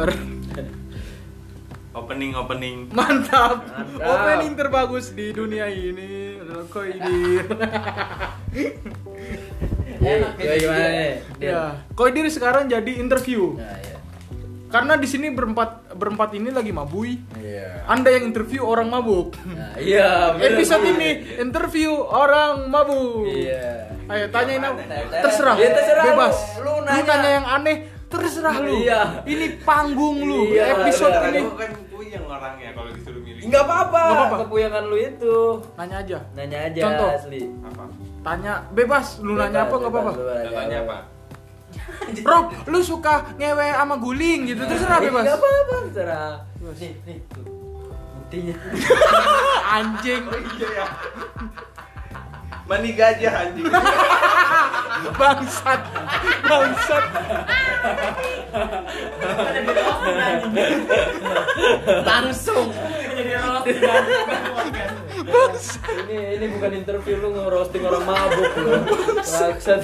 kabar? Opening. Mantap. Opening terbagus di dunia ini adalah Koidir. Gimana nih? Ya, Koidir sekarang jadi interview. Nah, ya. Karena di sini berempat ini lagi mabui. Iya. Anda yang interview orang mabuk. Nah, iya. bener. Episode ini interview orang mabuk. Iya. Ayo tanyain apa? Gimana? Terserah. Ya, terserah Bebas. lu Lu nanya. nanya yang aneh, terserah lu. Iya. Ini panggung lu. Iya, Episode bener. ini. Lu kan puyeng orangnya kalau disuruh milih. Enggak apa-apa. Nggak apa-apa. Kepuyangan lu itu. Nanya aja. Nanya aja Contoh. asli. Apa? Tanya bebas. Lu nanya apa enggak apa-apa. Contohnya apa? Rob, lu suka ngewe sama guling gitu, terserah bebas. Enggak apa-apa, terserah. Nih, tuh. Buktinya. Anjing. Iya ya. Mani gajah anjing. Bangsat. Langsung. Jadi rot. Ini bukan interview lu nge-roasting orang mabuk lu. Maksud.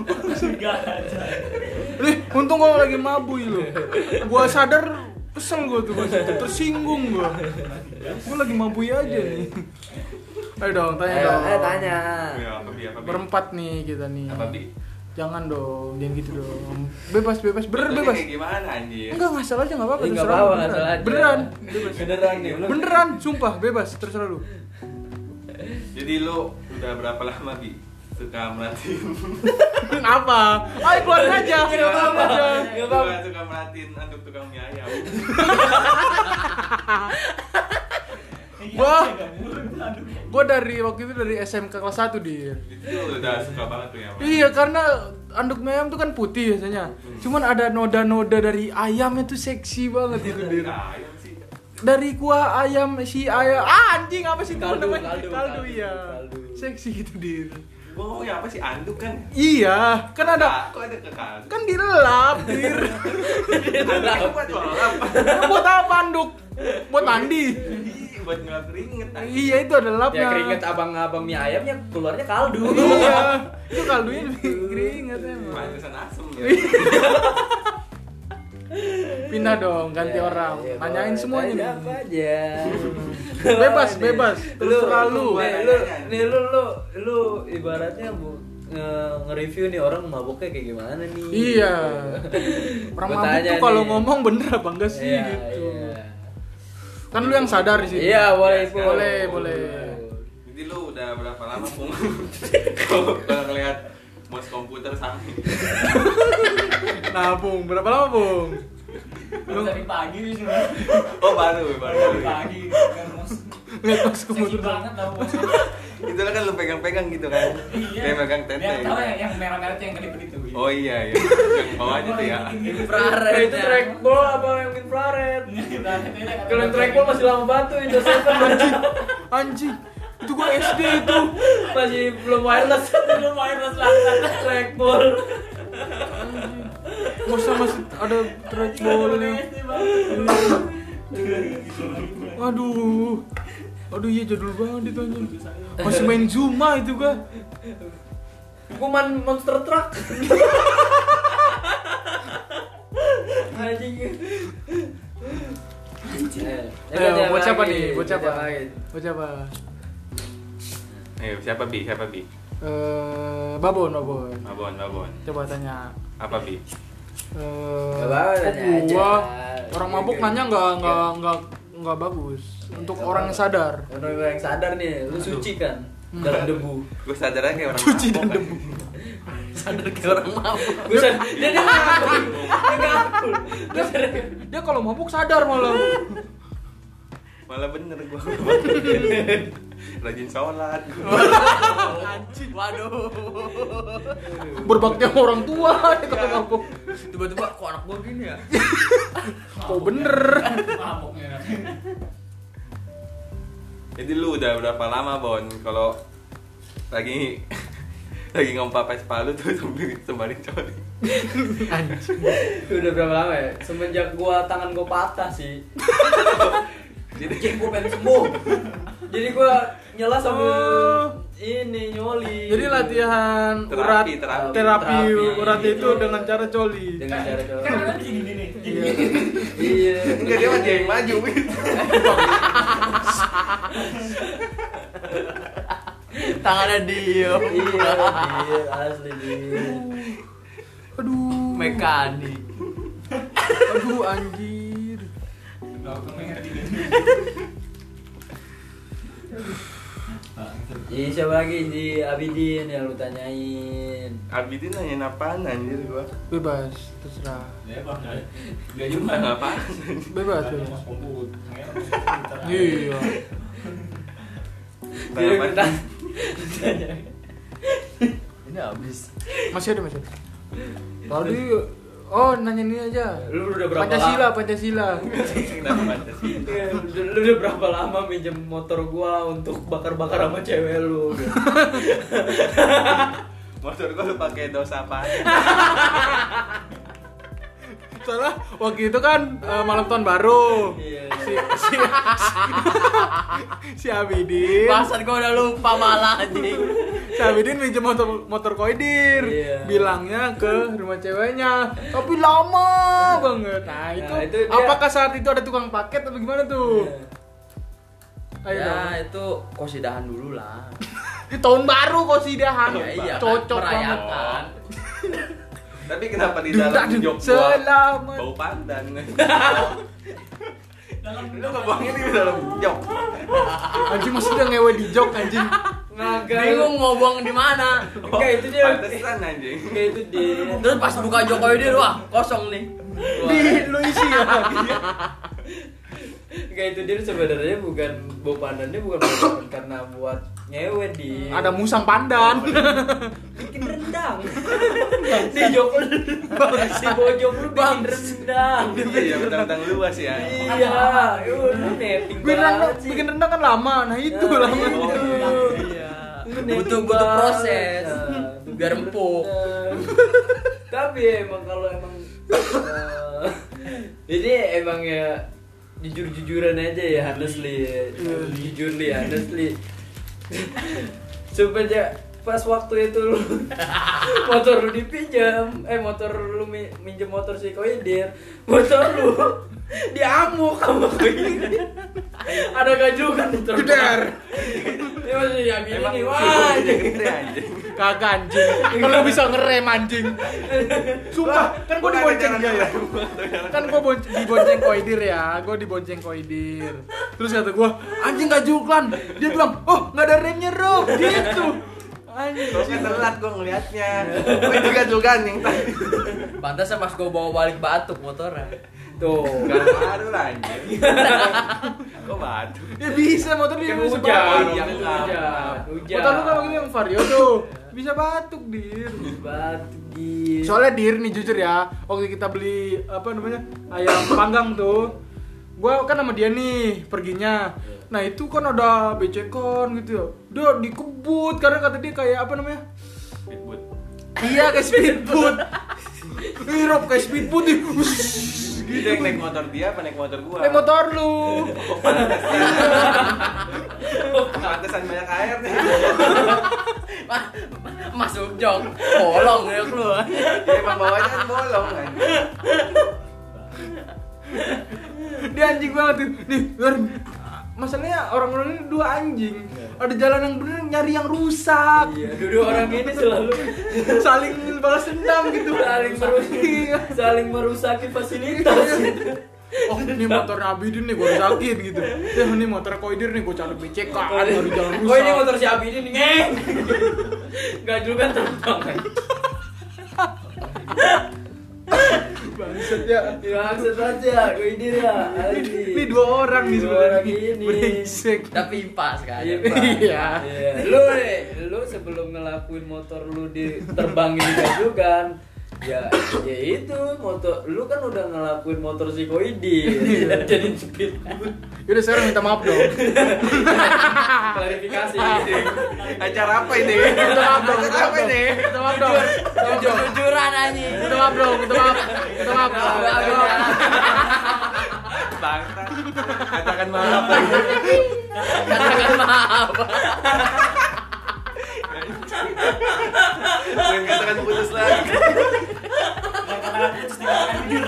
Nih, untung gua lagi mabui lu. Gua sadar kesel gua tuh, tersinggung gua. Gua lagi mabui aja nih. Ayo dong, tanya dong. Tanya. Ya, apa Bi? Berempat nih kita nih. Apa Bi? Jangan dong, jangan gitu dong. Bebas, bebas. Contohnya kayak gimana anjir? Enggak, ngasal aja enggak apa-apa, Enggak terserah apa-apa, lu, ngasal aja. Beneran. Bebas. Beneran nih lu. Beneran, sumpah, bebas, terserah lu. Jadi lu udah berapa lama Bi suka merhatiin? Apa? Ayo keluar aja. Nggak apa-apa. Keluar aja. Nggak apa-apa. Suka merhatiin anduk tukang mie ayam. Gua dari waktu itu dari SMK kelas 1 dir. Itu udah suka banget tuh ya. Mas? Iya, karena anduk mie ayam tuh kan putih biasanya. Cuman ada noda-noda dari ayamnya tuh seksi banget itu dir. Ayam sih. Dari kuah ayam si ayam. Anjing apa sih itu Kaldu, namanya? kaldu, Kaldu, kaldu, iya. kaldu. Seksi gitu dir. Gua ngomongnya apa sih anduk kan? Iya, kan ada Kok ada kekal? kan dilelap dir. Anduk buat lolap. Buat apa anduk? Buat mandi. Buat ngelap keringet. Iya, itu ada lapnya. Ya keringet abang-abang mie ayamnya keluarnya kaldu. Iya, itu kaldunya lebih keringet emang. Pantesan asem ya. Pindah dong, ganti Ya, orang. ya, Nanyain boleh. semuanya Tanya nih. apa aja. Bebas, Nih. bebas. Terserah lu. Lu ibaratnya nge-review nih orang mabuknya kayak gimana nih. Iya. Orang Gua mabuk tanya tuh kalau nih. ngomong bener apa enggak sih Iya, gitu. iya. Kan lu yang sadar di sini. Iya, boleh, Iya, boleh, boleh. Jadi lu udah berapa lama Pung? Kalau ngelihat mouse komputer sampai Nah, Bung, berapa lama, Bung? Lu Dari pagi nih sebenarnya. oh baru. Dari pagi kan mus. ngeliat pas Seksi komputer. banget tau bos. Itu kan lu pegang-pegang gitu kan. Iya. Kayak megang tete. Yang tahu gitu. yang merah-merah itu yang kedip itu. Oh iya iya. Yang bawahnya tuh ya. Infrared itu trackball apa yang infrared? Kalau yang trackball masih lama batu Windows 7 Anjing. Itu gua SD itu. masih belum wireless. Belum wireless lah. Trackball. Masa masih ada trackballnya. Aduh. Aduh iya jadul banget itu anjing. Masih main Zuma itu gua. Hukuman monster truck. Anjing. Ayo, buat siapa nih? Buat siapa? lagi? Buat siapa? Ayo siapa Bi? Siapa Bi? Babon. Babon. Coba tanya. Apa Bi? Gak apa-apa, Kok tanya aja. gua orang mabuk nanya nggak bagus. Untuk orang yang sadar. Orang yang sadar nih, lu suci kan dalam debu. Gue sadar aja kayak orang Cuci mabok, dan kan. debu. Sadar kayak orang mabuk. Dia ngakul. Dia kalau mabuk sadar malah. Malah bener gue. Rajin sholat. Anjing. Waduh. Berbakti sama orang tua dia kalau mabuk. Tiba-tiba kok anak gua gini ya? Kok bener. Maboknya. Jadi lu udah berapa lama Bon kalau lagi ngompa Vespa lu tuh sembari coli? Anjing. Udah berapa lama ya? Semenjak tangan gua patah sih. Jadi gua pengen sembuh. Jadi gua nyela sambil ini nyoli. Jadi latihan Terapi, terapi terapi. urat itu dengan cara coli. Dengan cara Kan ada gini nih. Iya. Enggak, dia mah dia yang maju gitu. Tangannya diem. Iya, asli dia. Aduh. Mekanik. Aduh anjir. Iya, siapa lagi si Abidin yang lu tanyain? Abidin nanyain apaan anjir gua. Bebas, terserah. Gak juga Apaan? Bebas. Iya. Dia Apaan? minta Ini habis. Masih ada. Tadi nanya ini aja. lu udah berapa Pancasila. Kenapa Pancasila? Iya, lu udah berapa lama minjem motor gua untuk bakar-bakar sama cewek lu? Motor gua lu pakai dos apa? Soalnya waktu itu kan malam tahun baru. Iya. Si Abidin. Bahasan gua udah lupa malah anjing. Si Abidin minjem motor Koidir. Iya. Bilangnya ke rumah ceweknya. Tapi lama banget. Nah, itu itu dia- apakah saat itu ada tukang paket atau gimana tuh? Ayo Ya dong. itu kosidahan dulu lah. Di tahun baru kok sidahan. Ya iya, Cocok kan, banget. merayakan. Tapi kenapa di dalam jok gua Selamat. bau pandan? Lu ngebuangnya di dalam jok. Anjing masih udah ngewe di jok anjing. Bingung mau buang di mana. Enggak itu dia. Pantesan anjing. Enggak itu dia. Terus pas buka Jokowi dia wah kosong nih. Di lu isi lagi. Enggak itu dia sebenarnya bukan bau pandannya bukan karena buat ngewe di Ada musang pandan. bikin rendang. Di jok lu. Si bojok lu bikin rendang. Iya, mentang-mentang luas ya. Iya, lu netting banget sih. Bikin rendang kan lama. Nah itu Nah, lama. itu. Iya. Lu netting Butuh banget. proses. Nah, Biar empuk. Tapi emang kalau emang ini emang ya jujur-jujuran aja ya honestly. Jujur li honestly. Supaya pas waktu itu lu motor lu dipinjam, motor lu minjem motor si Koidir, motor lu diamuk sama Koidir. Ada gajukan di Geder. Ini masih ya gini Emang nih, si wah. bodinya gede anjing. Kagak anjing. Kalau bisa ngerem anjing. Sumpah, kan gua dibonceng dia ya. Kan gua dibonceng Koidir ya. Gua dibonceng Koidir. Terus kata gua, anjing gajuklan. Dia bilang, "Oh, enggak ada remnya, Rob." Gitu. Anjing. Gua kan telat gua ngeliatnya. Gua juga juga nih. Pantasnya pas gua bawa balik batuk motornya. Tuh. Gak baru lah anjing. Kok batu? Ya bisa motor dia Kan bisa hujan, batuk. yang hujan. Motor lu kan begini yang Vario tuh. Bisa batuk, Dir. Batuk. Soalnya Dir nih jujur ya, waktu kita beli apa namanya? Ayam panggang tuh. Gua kan sama dia nih perginya. Nah, itu kan ada becekan gitu ya. Dia dikebut karena kata dia kayak apa namanya? Speedboat. Iya, kayak speedboat. Rob kayak speedboat nih. Dia yang naik motor dia apa naik motor gua? Naik motor lu. Pantesan banyak air nih. Masuk jok. Bolong ya lu. Dia emang bawahnya kan bolong kan. Dia anjing banget tuh. Nih, masalahnya orang-orang ini dua anjing. Ada jalan yang bener nyari yang rusak. Iya, dua orang ini selalu Saling balas dendam gitu. saling merusaki fasilitas. Oh, ini motor Abidin nih gue rusakin gitu. Ya, ini motor Koidir nih gue cari BCK dari jalan rusak. Oh ini motor si Abi ini nih. Enggak juga terbang. Bangsat ya. Maksud aja, gue ini ya. Ini dua orang nih Dua orang sebenarnya. ini. Brengsek. Tapi impas kan. Iya, Pak. Iya. Lu sebelum ngelakuin motor lu diterbangin di gajukan, ya itu motor lu kan udah ngelakuin motor si Koidi jadi speedboat. Yaudah sekarang minta maaf dong. Klarifikasi. Acara apa ini? Minta maaf dong. Acara apa ini? Minta maaf dong. Jujur-jujuran anjing. Minta maaf dong. Minta maaf. Minta maaf. Bangsa. Katakan maaf. Katakan maaf. Dan katakan putus lagi. Katakan putus dikatakan jujur.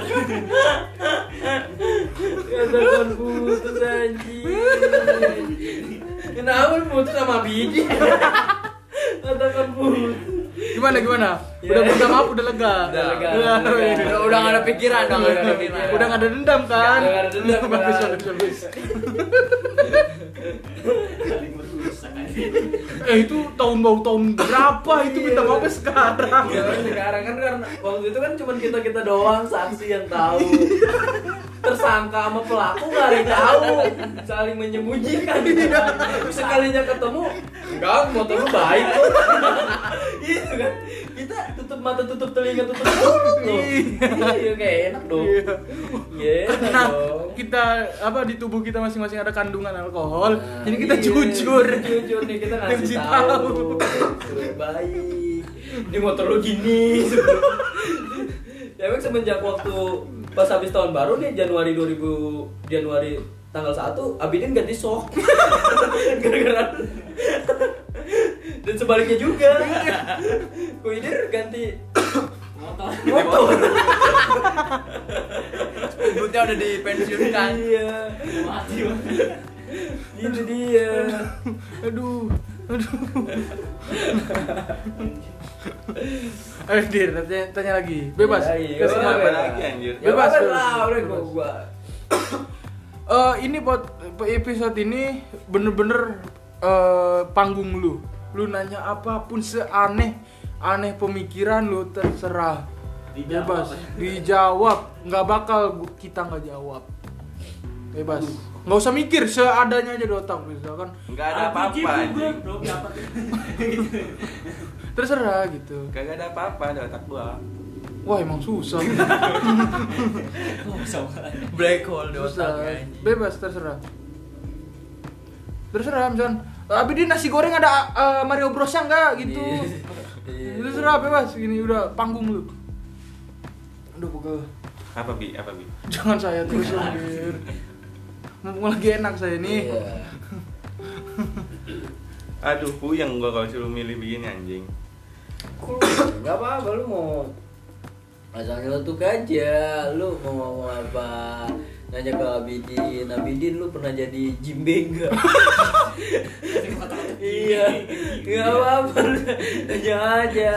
Katakan putus anjing. Kenapa lu putus sama biji? Katakan putus. Gimana? Ya. Udah minta maaf, udah lega. Udah lega. Udah Udah nggak ada pikiran, udah nggak ada pikiran. Udah nggak ada dendam kan? Udah nggak ada dendam, Bagus, kan? bagus. Saling merusak aja. Itu tahun berapa itu minta maafnya sekarang? Ya, sekarang kan karena waktu itu kan cuma kita doang saksi yang tahu. Tersangka sama pelaku nggak ada yang tahu, saling menyembunyikan. Sekalinya ketemu, enggak, motor lu baik kok. Gitu kan, kita tutup mata, tutup telinga, tutup mulut loh. Iya, kayak enak dong. Iya, enak Karena dong. kita di tubuh kita masing-masing ada kandungan alkohol, Nah, jadi kita iya, jujur. jujur nih, kita Ngasih ngasih tahu. tahu. Baik. Di motor lu gini. Ya emang semenjak waktu pas habis tahun baru nih Januari tanggal 1 Abidin ganti sok. Gara-gara. Dan sebaliknya juga. Koidir ganti motor. Ibunya udah dipensiunkan. Iya. Mati Bang. Itu dia. Aduh. Ayo Dir, tanya lagi. Bebas. Ya, iya. Kasih Apa Apa maaf. lagi anjir? Bebas, Ya, bebas. lah, udah gua. Ini buat episode ini bener-bener panggung lu. Lu nanya apapun seaneh pemikiran lu terserah. Dijawab. Bebas, dijawab. Nggak bakal kita nggak jawab. Bebas. Nggak usah mikir, seadanya aja di otak misalkan. Enggak ada apa-apa anjing. Terserah gitu. Kagak ada apa-apa di otak gua. Wah emang susah. Black hole di Susah. otaknya anjing. Bebas terserah. Terserah misalkan. Abi di nasi goreng ada Mario Bros-nya nggak gitu. Iya. Terserah bebas gini udah panggung lu. Aduh pegel. Apa bi? Jangan saya terus dong, Bir. Mumpung lagi enak saya nih. Iya. Aduh, puyeng gua kalau suruh milih begini anjing. Gak apa-apa, lu mau asal nyeletuk aja. Lu mau ngomong apa? Nanya ke Abidin, lu pernah jadi Jimbe enggak? Iya, gak apa-apa, lu nanya aja.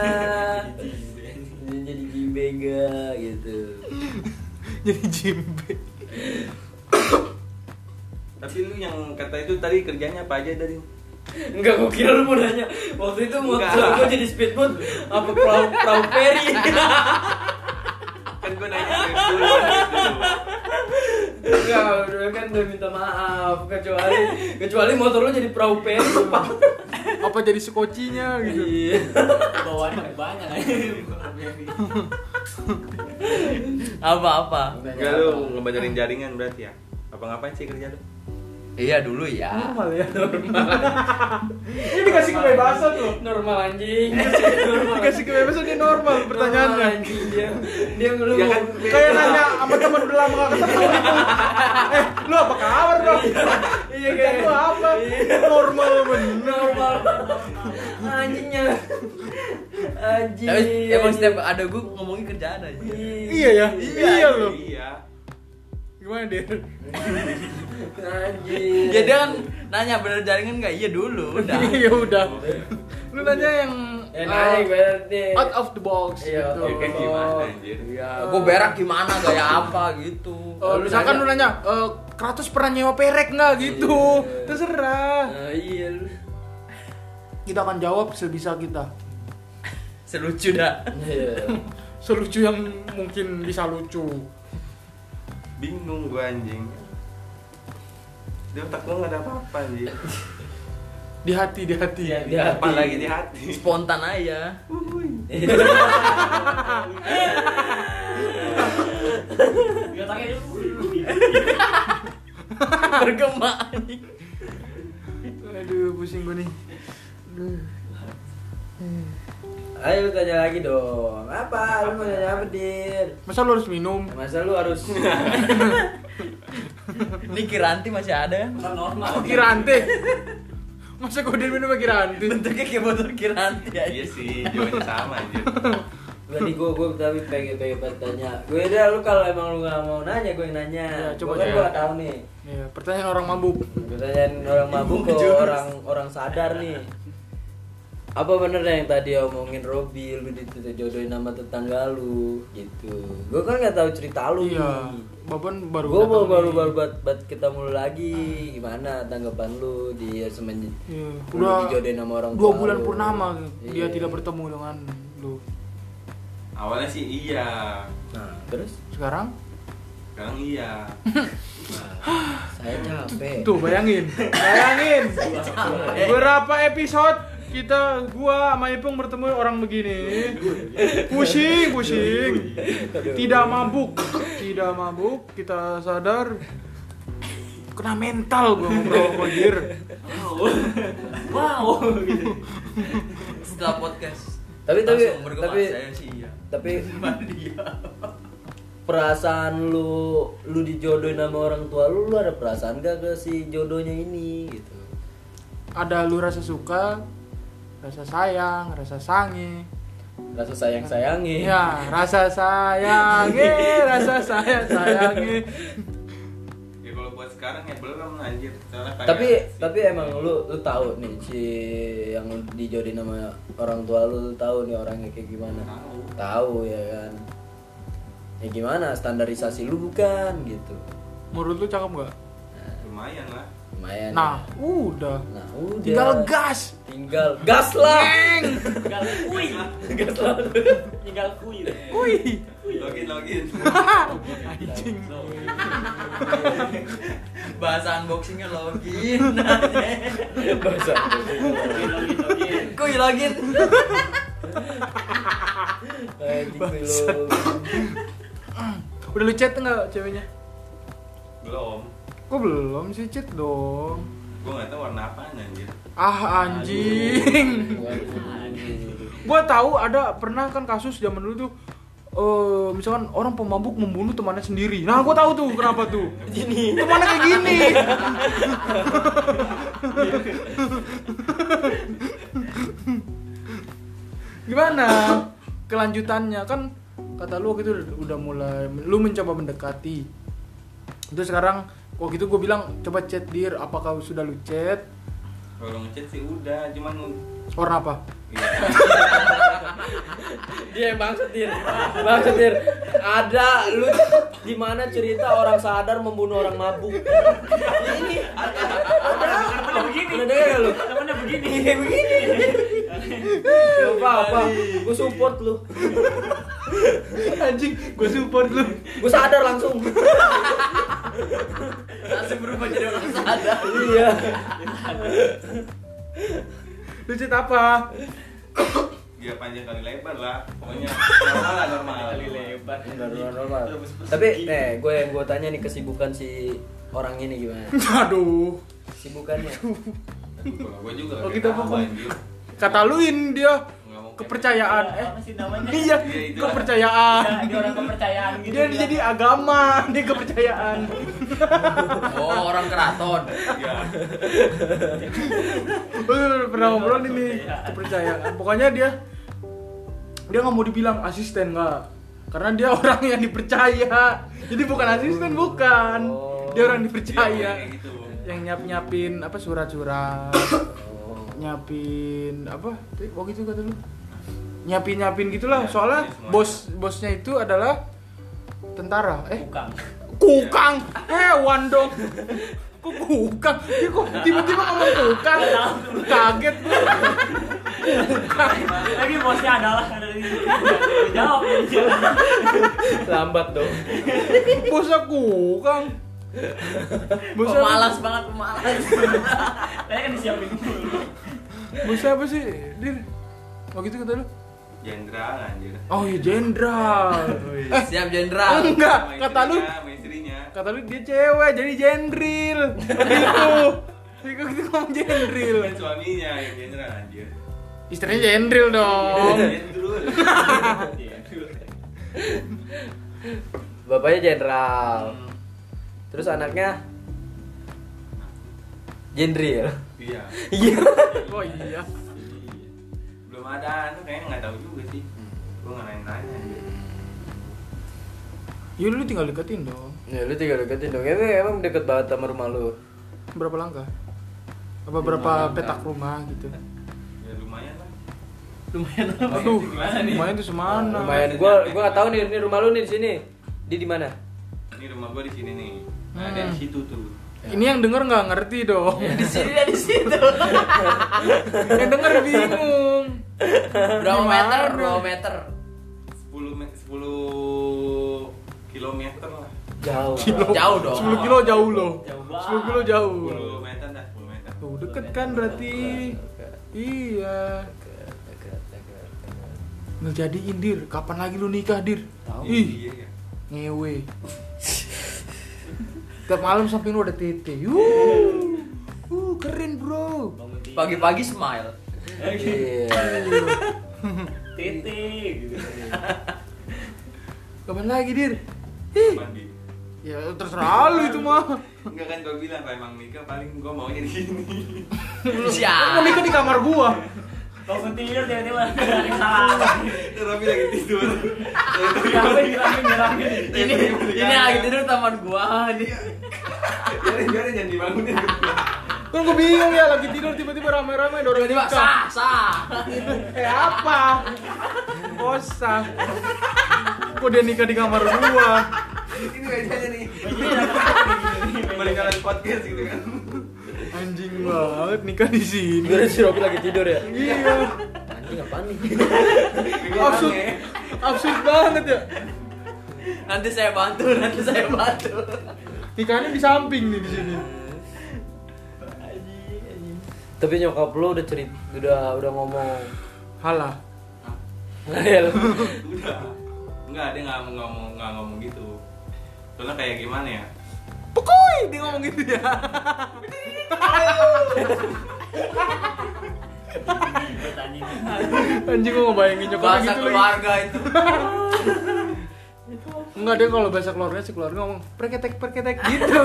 Jadi Jimbe enggak gitu. Jadi Jimbe. Tapi lu yang kata itu tadi kerjanya apa aja dari? Enggak, gua kira lu mau nanya. Waktu itu motor Enggak. gua jadi speedboat apa perahu feri. Kan gua nanya dulu. Enggak, udah kan udah minta maaf kecuali motor lu jadi perahu peri. Apa jadi sekocinya gitu. Iya. Bawaannya banyak aja. Apa-apa. Enggak lu ngebenerin jaringan berarti ya? Apa ngapain sih kerja lu? Iya dulu ya. Normal ya. Ini dikasih kebebasan loh. Normal anjing. Dikasih kebebasan dia normal pertanyaannya. Normal, anjing dia ngeluh. Ya kan, Kayak nanya sama teman udah lama gak ketemu gitu. Lu apa kabar bro? Iya Kerjaan lu apa? Normal bener. normal. Anjingnya. Anjing. Tapi emang setiap ada gue ngomongin kerjaan aja. Iya ya. Iya loh. Iya. Gimana dia? Anjing. Ya dia kan nanya bener jaringan nggak? Iya dulu, udah. Iya udah. Lu nanya yang Nanya berarti. out of the box Iya, gitu. Ya kan gimana anjir? Iya, gue berak gimana gaya apa gitu. Misalkan lu nanya, Kratos pernah nyewa perek nggak gitu? Iya. Terserah. Iya lu. Kita akan jawab sebisa kita. Selucu dah. Iya. Selucu yang mungkin bisa lucu. Bingung gua anjing. Di otak gua nggak ada apa-apa anjing. Di hati. Di hati. Apa lagi di hati? Spontan aja. Dia tanya dulu. Bergema anjing. Aduh, pusing gue nih. Aduh. Ayo lu tanya lagi dong. Apa? Lu mau nanya apa, Dir? Masa lu harus minum? Masa lu harus Ini Kiranti masih ada ya? Kan normal. Oh, Kirante. Masa gue minum Kiranti? Bentuknya kayak botol Kiranti aja. Iya sih, jawabannya sama anjir. Tadi gue tapi pengen tanya. Gue udah lu kalau emang lu nggak mau nanya, gue yang nanya. Ya, coba Gua kan aja. gue nggak tahu nih. Iya, pertanyaan orang mabuk. Gue tanyain orang mabuk ke orang sadar nih. Apa bener yang tadi omongin Robi, lu dijodohin sama tetangga lu gitu. Gue kan nggak tahu cerita lu Iya, nih. Babon baru Gue mau datang nih. baru buat ketemu lagi. Gimana tanggapan lu dia semenjak Iya, lu udah dijodohin sama orang 2 tua bulan lu? purnama dia Iya. tidak bertemu dengan lu. Awalnya sih iya, Nah, terus Sekarang sekarang iya. saya capek. tuh bayangin berapa episode gua sama Ipung bertemu orang begini, pusing, tidak mabuk, kita sadar kena mental gua ngobrol sama Dir. Wow. Gitu. Setelah podcast. Tapi langsung bergema, saya sih iya. tapi Dia. perasaan lu dijodohin sama orang tua lu ada perasaan gak ke si jodohnya ini gitu? Ada lu rasa suka, rasa sayang, rasa sange. Rasa sayang-sayangi. Ya, rasa sayangi, sayangi. Ya kalau buat sekarang ya belum anjir. Soalnya kayak Tapi emang lu tahu nih si yang dijodohin sama orang tua lu tahu nih orangnya kayak gimana? Tahu ya kan. Ya gimana standarisasi lu bukan gitu. Menurut lu cakep nggak? lumayan lah. Lumayan. Nah, udah. Nah, udah. Tinggal gas. Tinggal gas lah. Tinggal kuy. Gas lah. Tinggal kuy. Wih. Login. Anjing. Bahasa unboxingnya login. Bahasa. Login. Kuy login. Anjing lu. Udah lu chat nggak ceweknya? Belum. Kok belum sih, chat dong. Gua enggak tahu warna apaan anjir. Ah anjing. Gua tahu ada pernah kan kasus zaman dulu tuh misalkan orang pemabuk membunuh temannya sendiri. Nah, gua tahu tuh kenapa tuh. Gini. Temannya kayak gini. Gimana kelanjutannya kan kata lu waktu itu udah mulai lu mencoba mendekati. Terus sekarang waktu itu gue bilang coba chat Dir, apakah sudah lu chat? Kalau ngechat sih udah, cuman Warna apa? iya. Dia yang bangsetir. Ada lu di mana cerita orang sadar membunuh orang mabuk. Ini ada. Temennya begini. Udah dengar lu? Temennya begini. Kayak begini. Apa? Gue support lu. Anjing, gue support lu. Gue sadar langsung. Langsung berubah jadi orang sadar. Iya. Lu chat apa? Dia panjang kali lebar lah. Pokoknya normal. Kali lebar. Normal. Tapi gue yang gue tanya nih kesibukan si orang ini gimana? Aduh. Kesibukannya. Kalau gua juga Oh, kayak kita tahu, apa? anjir. Kata luin dia Nggak mau kepercayaan. Apa sih namanya? Iya, Iya, itu. kepercayaan. Dia orang kepercayaan gitu. Dia jadi agama, dia kepercayaan. Oh, orang keraton. Iya. Lu pernah ngobrol ini kepercayaan. Pokoknya dia nggak mau dibilang asisten nggak, karena dia orang yang dipercaya. Jadi bukan asisten, bukan. Dia orang dipercaya. Kayak gitu. Yang nyapin apa surat-surat. Nyapin apa? Waktu itu kata lu. Nyapin gitulah. Soalnya bosnya itu adalah tentara. Bukan. Kukang, hewan dong. Kok kukang? Dia kok tiba-tiba ngomong kukang? Kaget gue. Lagi bosnya adalah jawab ya. Lambat dong. Bosnya kukang. Bosnya Pemalas banget, pemalas. Saya kan disiapin dulu. Bosnya apa sih? Dir. Oh gitu kata lu? Jenderal anjir. Oh iya jenderal. Siap jenderal. Enggak, Sama kata lu. istrinya, sama istrinya. Kata lu dia cewek jadi jenderal. Gitu. Dia kok gitu ngomong jenderal. Kan suaminya yang jenderal anjir. Istrinya jenderal dong. Jenderal. Bapaknya jenderal. Terus anaknya Jendril. Iya. Iya. Oh iya. Belum ada, kayaknya nggak tahu juga sih. Gue nggak nanya. Yuk lu tinggal deketin dong. Ya lu tinggal deketin dong. Emang deket banget sama rumah lu. Berapa langkah? Apa berapa petak rumah gitu? Ya lumayan lah. Lumayan apa? Aduh, Gimana nih? lumayan tuh semana. Lumayan. Gua nggak tahu nih, ini rumah lu nih di sini. Di mana? Ini rumah gue di sini nih. Nah, Hmm. dari situ tuh. Ini yang denger nggak ngerti dong. Di sini dan di situ. Yang denger bingung. Berapa Gimana? meter? Berapa meter? 10 kilometer lah. Jauh. Jauh dong. 10 kilo jauh loh. Jauh 10 kilo jauh. 10 meter dah, 10 meter. Tuh deket kan berarti. Iya. Nggak jadi Dir. Kapan lagi lu nikah Dir? Ih, Iya ya. ngewe. Tiap malam samping lu ada tete. Keren bro. Bangun tidur. Pagi-pagi smile. Iya. Titik gitu. Kapan lagi Dir? Mandi. Ya terserah lu itu mah. Enggak kan gue bilang kalau emang nikah paling gue maunya di sini. Lu Siap. nikah di kamar gua. Bangun tidur tiba-tiba ada kesalahan. Tapi lagi tidur. Nyeramin. Ini lagi tidur taman gua nih. Biarin jangan dibangunin. Kan gua bingung ya lagi tidur tiba-tiba rame-rame ada orang Tiba-tiba nikah. sah. Apa? Kosa. Kok dia nikah di kamar gua? Ini bedanya nih. Meninggalan podcast gitu kan. Anjing banget nikah di sini. Gimana si Robi lagi tidur ya? Iya. Anjing apaan nih? Absurd. Absurd banget ya. Nanti saya bantu. Nikahnya di samping nih di sini. Tapi nyokap lu udah ngomong. Halah. Ngayal. Udah. Enggak, dia nggak ngomong gitu. Soalnya kayak gimana ya? Pokoknya dia ngomong gitu ya. Anjing gua ngebayangin nyokapnya Bahasa gitu lagi. keluarga itu. Enggak, dia kalau bahasa keluarga si keluarga ngomong perketek gitu.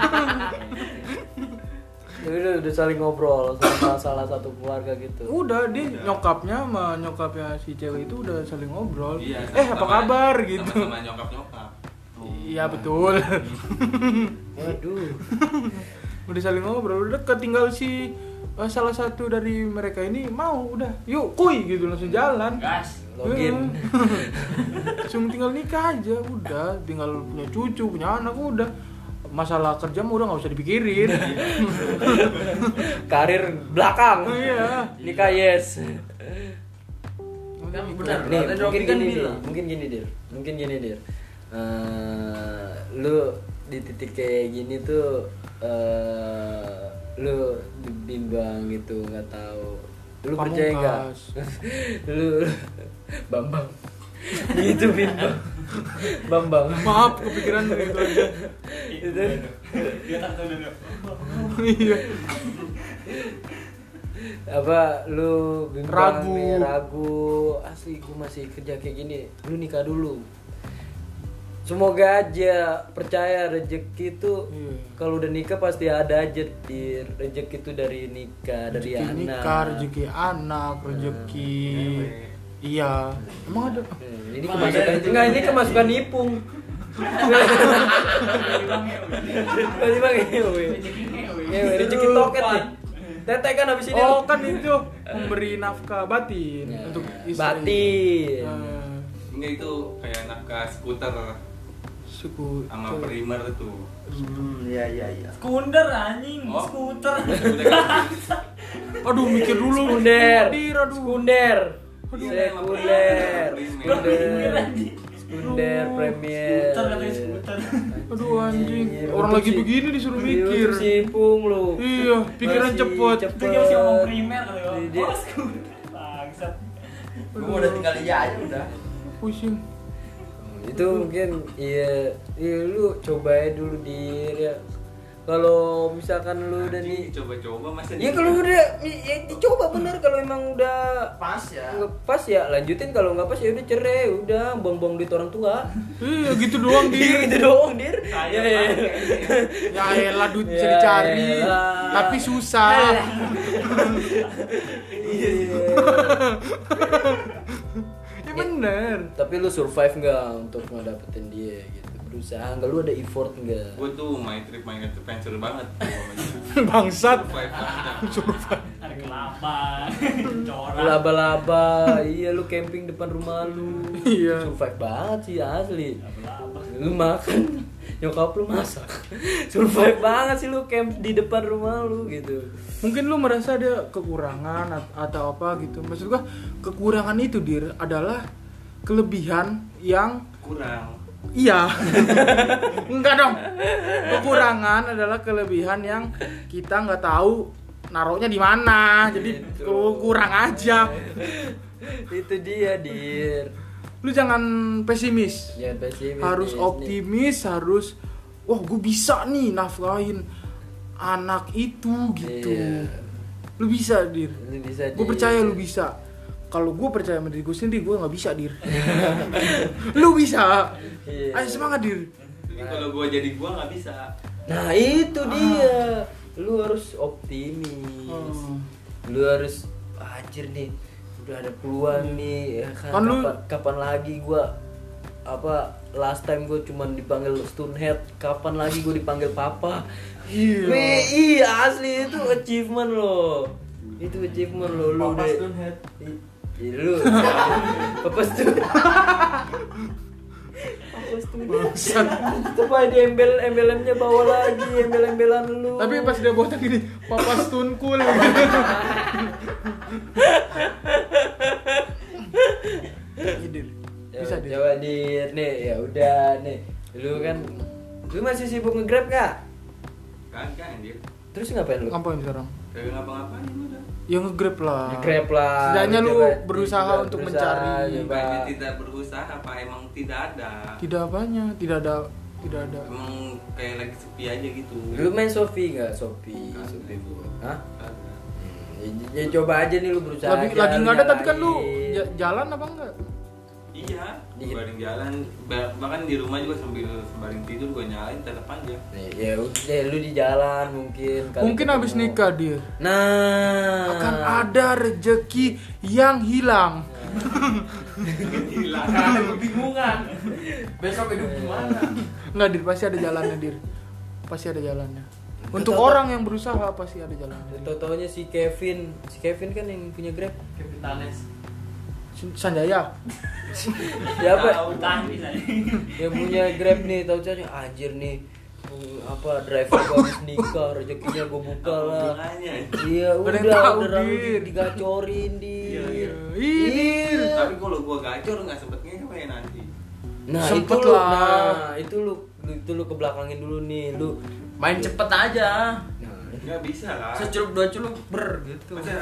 Jadi udah saling ngobrol sama salah satu keluarga gitu. Udah, dia nyokapnya sama nyokapnya si cewek itu udah saling ngobrol. Iya, Apa kabar gitu. Sama nyokap. Iya betul. Waduh. Udah saling ngobrol, udah tinggal si salah satu dari mereka ini mau udah yuk kuy gitu langsung jalan. Gas. Login. Cuma tinggal nikah aja udah, tinggal punya cucu, punya anak udah. Masalah kerja mah udah nggak usah dipikirin. Karir belakang. Iya. Nikah yes. Kan benar. Nih, Tadi Robi kan bilang. mungkin gini dir. Lu di titik kayak gini tuh lu bimbang gitu, nggak tahu. Lu percaya nggak? Pamungkas. Lu Bambang. Gitu bimbang. Bambang. Maaf kepikiran gitu aja. Itu Dia tak tahu dulu. Iya. apa lu bimbang Ragu. nih, ragu asli gua masih kerja kayak gini, lu nikah dulu. Semoga aja percaya rezeki tuh kalau udah nikah pasti ada aja di rezeki itu dari nikah, dari Rezeki anak. nikah, rezeki anak, rezeki. Iya. Emang ada? Ini kemasukan enggak, ini kemasukan nipung. Tiba-tiba ngewe. Ngewe rezeki toket nih. Tete kan habis ini. Oh kan itu memberi nafkah batin Ya, untuk istri. batin. Enggak, itu kayak nafkah skuter Suku sama primer tuh. Iya. Skuter anjing, Oh. skuter. Aduh mikir dulu. Sekunder. Aduh. Sekunder. Aduh. Sekunder. Primer. Sekunder premier. Skuter katanya skuter. Aduh anjing. Iya, Orang untuk lagi si- begini disuruh mikir. Untuk sipung lu. Iya, pikiran Masih cepet. Itu dia masih ngomong primer kali ya. Dia- Oh, skuter. Bangsat. Gua udah tinggal iya aja udah. Pusing. Itu mungkin iya lu cobain dulu ya. Kalau misalkan lu udah nih, coba-coba masa ya kalau udah ya dicoba bener, kalau emang udah Pas ya. nggak pas ya lanjutin, kalau nggak pas ya udah cerai, udah buang-buang duit orang tua. Iya gitu doang Iya dir. gitu doang dir. Kaya Ya, ya. Ya elah duit bisa Ya dicari, elah. tapi susah. Iya. Ya bener. Tapi lu survive nggak untuk ngedapetin dia gitu? Berusaha nggak, lu ada effort nggak? Gue tuh my trip adventure banget. Bangsat. Survive banget. Ada kelapa, corak. Laba-laba, iya lu camping depan rumah lu. Iya. Survive banget sih asli. Laba-laba. Lu makan, nyokap lu masak. Survive banget sih lu camp di depan rumah lu gitu. Mungkin lu merasa ada kekurangan atau apa gitu. Maksud gua kekurangan itu dir adalah kelebihan yang Kurang. iya. Enggak dong. Kekurangan adalah kelebihan yang kita nggak tahu naruhnya di mana. Jadi kurang aja. Itu dia dir. Lu jangan pesimis. Jangan pesimis. Harus nih. optimis, harus wah gue bisa nih nafkahin anak itu gitu. Iya. Lu bisa dir. Lu bisa. Gue percaya lu bisa. Kalau gue percaya sama diri gue sendiri, gue nggak bisa dir. Lu bisa. Iya. Ayo semangat dir. Jadi kalau gue jadi gue nggak bisa. Nah itu dia. Lu harus optimis. Oh. Lu harus anjir nih. Udah ada peluang nih. Ya kan, Kan lu- kapan lagi gua apa last time gue cuman dipanggil Stonehead, kapan lagi gue dipanggil Papa? Iya. Iya asli itu achievement loh. Itu achievement loh lu Papa deh. Stonehead. Iya lu. Papa Stonehead. Papa Stonehead. Bangsat. Coba di embel-embelannya bawa lagi, embel-embelan lu. Tapi pas dia botak gini, Papa Stun cool. Dir. Bisa dir. Coba dir nih, ya udah nih. Lu kan lu masih sibuk nge-grab gak? Kagak anjir. Terus ngapain lu? Ngapain sekarang? Kagak ngapa-ngapain udah. Ya nge-grab lah. Nge-grab lah. Setidaknya lu Coba, berusaha coba untuk berusaha, mencari. coba. Bukannya tidak berusaha apa emang tidak ada. Tidak apanya, tidak ada. Emang kayak lagi sepi aja gitu. Lu main Shopee gak? Shopee, Kagak. Shopee bu. Hah? Kagak. Ya coba aja nih lu berusaha. Lagi aja, nggak ada tapi kan lu nyalain. jalan apa enggak? Iya, Dikit. sembari jalan, bahkan di rumah juga sembari tidur gue nyalain tetap aja. Nih, ya udah lu di jalan mungkin. kali Mungkin ketemu. habis nikah dia Nah, akan ada rezeki yang hilang. Hilang. Karena ada kebingungan. Besok hidup gimana? Enggak dir, pasti ada jalannya dir. Pasti ada jalannya. Untuk Betul. orang yang berusaha pasti ada jalannya. Tau-taunya si Kevin kan yang punya Grab. Kapitalis. Sanjaya. Siapa? Tahu tangis aja. Yang punya Grab nih, tau-taunya anjir nih. Apa driver gua habis nikah, rezekinya gua buka lah. Hubungannya. Iya, Ada udah yang tahu, orderan Dir. digacorin Iya, dir. Dir. Tapi kalau gue gacor nggak sempet ngewe nanti. Nah, Sempet itu lu, lah. nah, itu lu ke belakangin dulu nih, lu. Main cepet aja. Nah, Nggak bisa lah. Secelup dua celup gitu. Masa-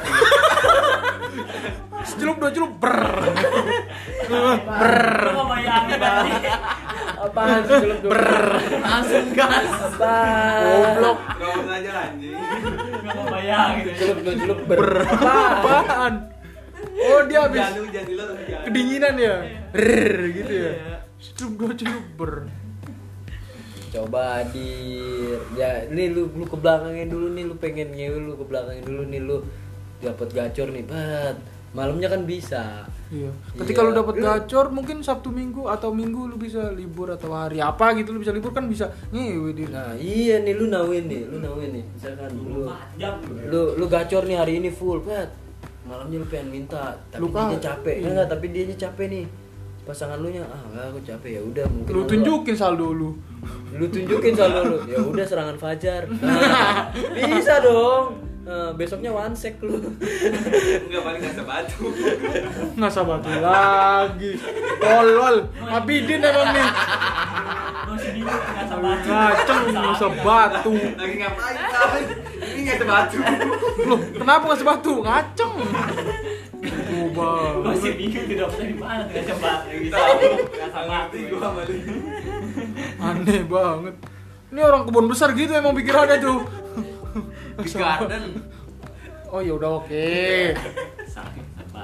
Secelup dua celup ber. Lu nggak bayangin tadi. apaan sih celup dulu? Langsung gas. Apaan? Goblok. Nggak usah aja anjing. Nggak mau bayangin. Celup ber. Apaan? Apaan? Oh dia habis Hujan di luar hujan. kedinginan ya. Rrrr, gitu ya. Secelup dua celup ber. Coba dir. Ya, nih lu ke belakangin dulu nih, lu pengen ngewe lu ke belakangin dulu nih, lu dapat gacor nih, bat. Malamnya kan bisa. Iya. Ketika Iya. lu dapat gacor mungkin Sabtu Minggu atau Minggu lu bisa libur atau hari apa gitu lu bisa libur kan bisa ngewe dir. Nah, iya nih lu nawin nih. Misalkan lu 4 jam. lu gacor nih hari ini full, bat. Malamnya lu pengen minta, tapi Lu dia kan- capek. iya. Enggak, tapi dia capek nih. Pasangan lu nya, enggak aku capek, ya udah mungkin Lu tunjukin saldo lu. lu tunjukin saldo lu. Ya udah serangan fajar. Nah, bisa dong. Nah, besoknya one sek lu. Enggak paling nggak sebatu. Nggak sabar lagi. Tolol. Abidin emang nih. Lu sendiri nggak sabar. Ngaceng sebatu. Lagi ngapain kalian? Ini nggak sebatu. Loh, kenapa nggak sebatu? Ngaceng. Coba. Masih bingung tuh dapetnya di mana nggak sabar. Nggak Tahu. sabar. Ngerti gua sama dia. Aneh banget. Ini orang kebun besar gitu emang pikirannya tuh. Di garden. Oh ya udah oke. Sakit apa?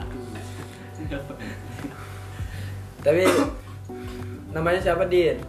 Tapi namanya siapa, Din?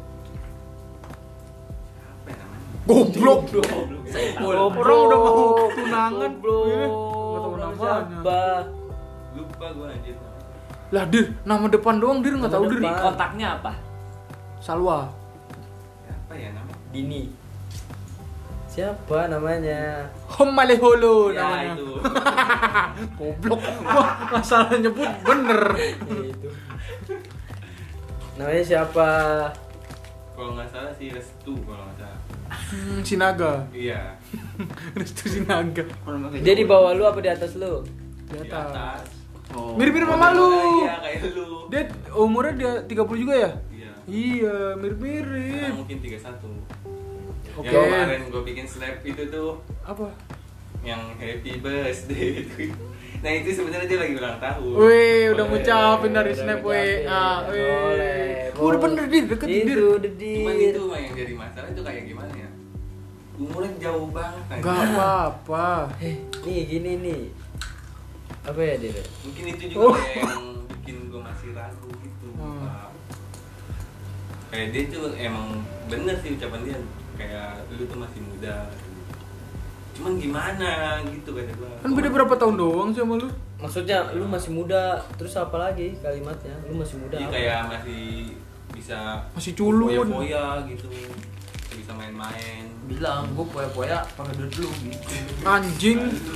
Apa ya namanya? Goblok. Saiful. Orang udah mau tunangan. Goblok. Nggak tahu Nama namanya. siapa? Lupa gue anjir. Lah Dir, nama depan doang Dir nggak tahu Nama Dir. depan. Kontaknya apa? Salwa. Apa ya namanya? Dini. Siapa namanya? Homaleholo Ya namanya. itu. Goblok. Wah, masalah nyebut bener. Itu. Namanya siapa? Kalau nggak salah sih Restu kalau nggak salah. Sinaga. Iya. Restu Sinaga. Dia di bawah lu apa di atas lu? Di Di atas. atas. Oh. Mirip-mirip sama lu. Iya kayak lu. Dia umurnya dia 30 juga ya? Iya. Iya, Sekarang mirip-mirip. mungkin 31. Oke. Yang kemarin gue bikin snap itu tuh Apa? yang happy birthday itu. Nah itu sebenarnya dia lagi ulang tahun. Wih, udah Boleh. ngucapin dari Udah snap ngucapin. WA. Boleh, Udah bener Dir, deket Dir. Itu Cuman Dir. itu yang jadi masalah itu kayak gimana ya? Umurnya jauh banget kan. Gak apa-apa. Nih gini nih. Apa ya, Dir? Mungkin itu Oh. juga kayak yang bikin gue masih ragu gitu. Pak. Kayak dia tuh emang bener sih ucapan dia, kayak lu tuh masih muda. Cuman gimana gitu kata gue. Kan beda berapa tahun doang sih sama lu? Maksudnya lu masih muda, terus apa lagi kalimatnya? Lu masih muda. Iya apa? kayak masih bisa Masih culun. foya-foya gitu. Bisa main-main. Bilang gua poya-poya pakai duit dulu gitu. Anjing.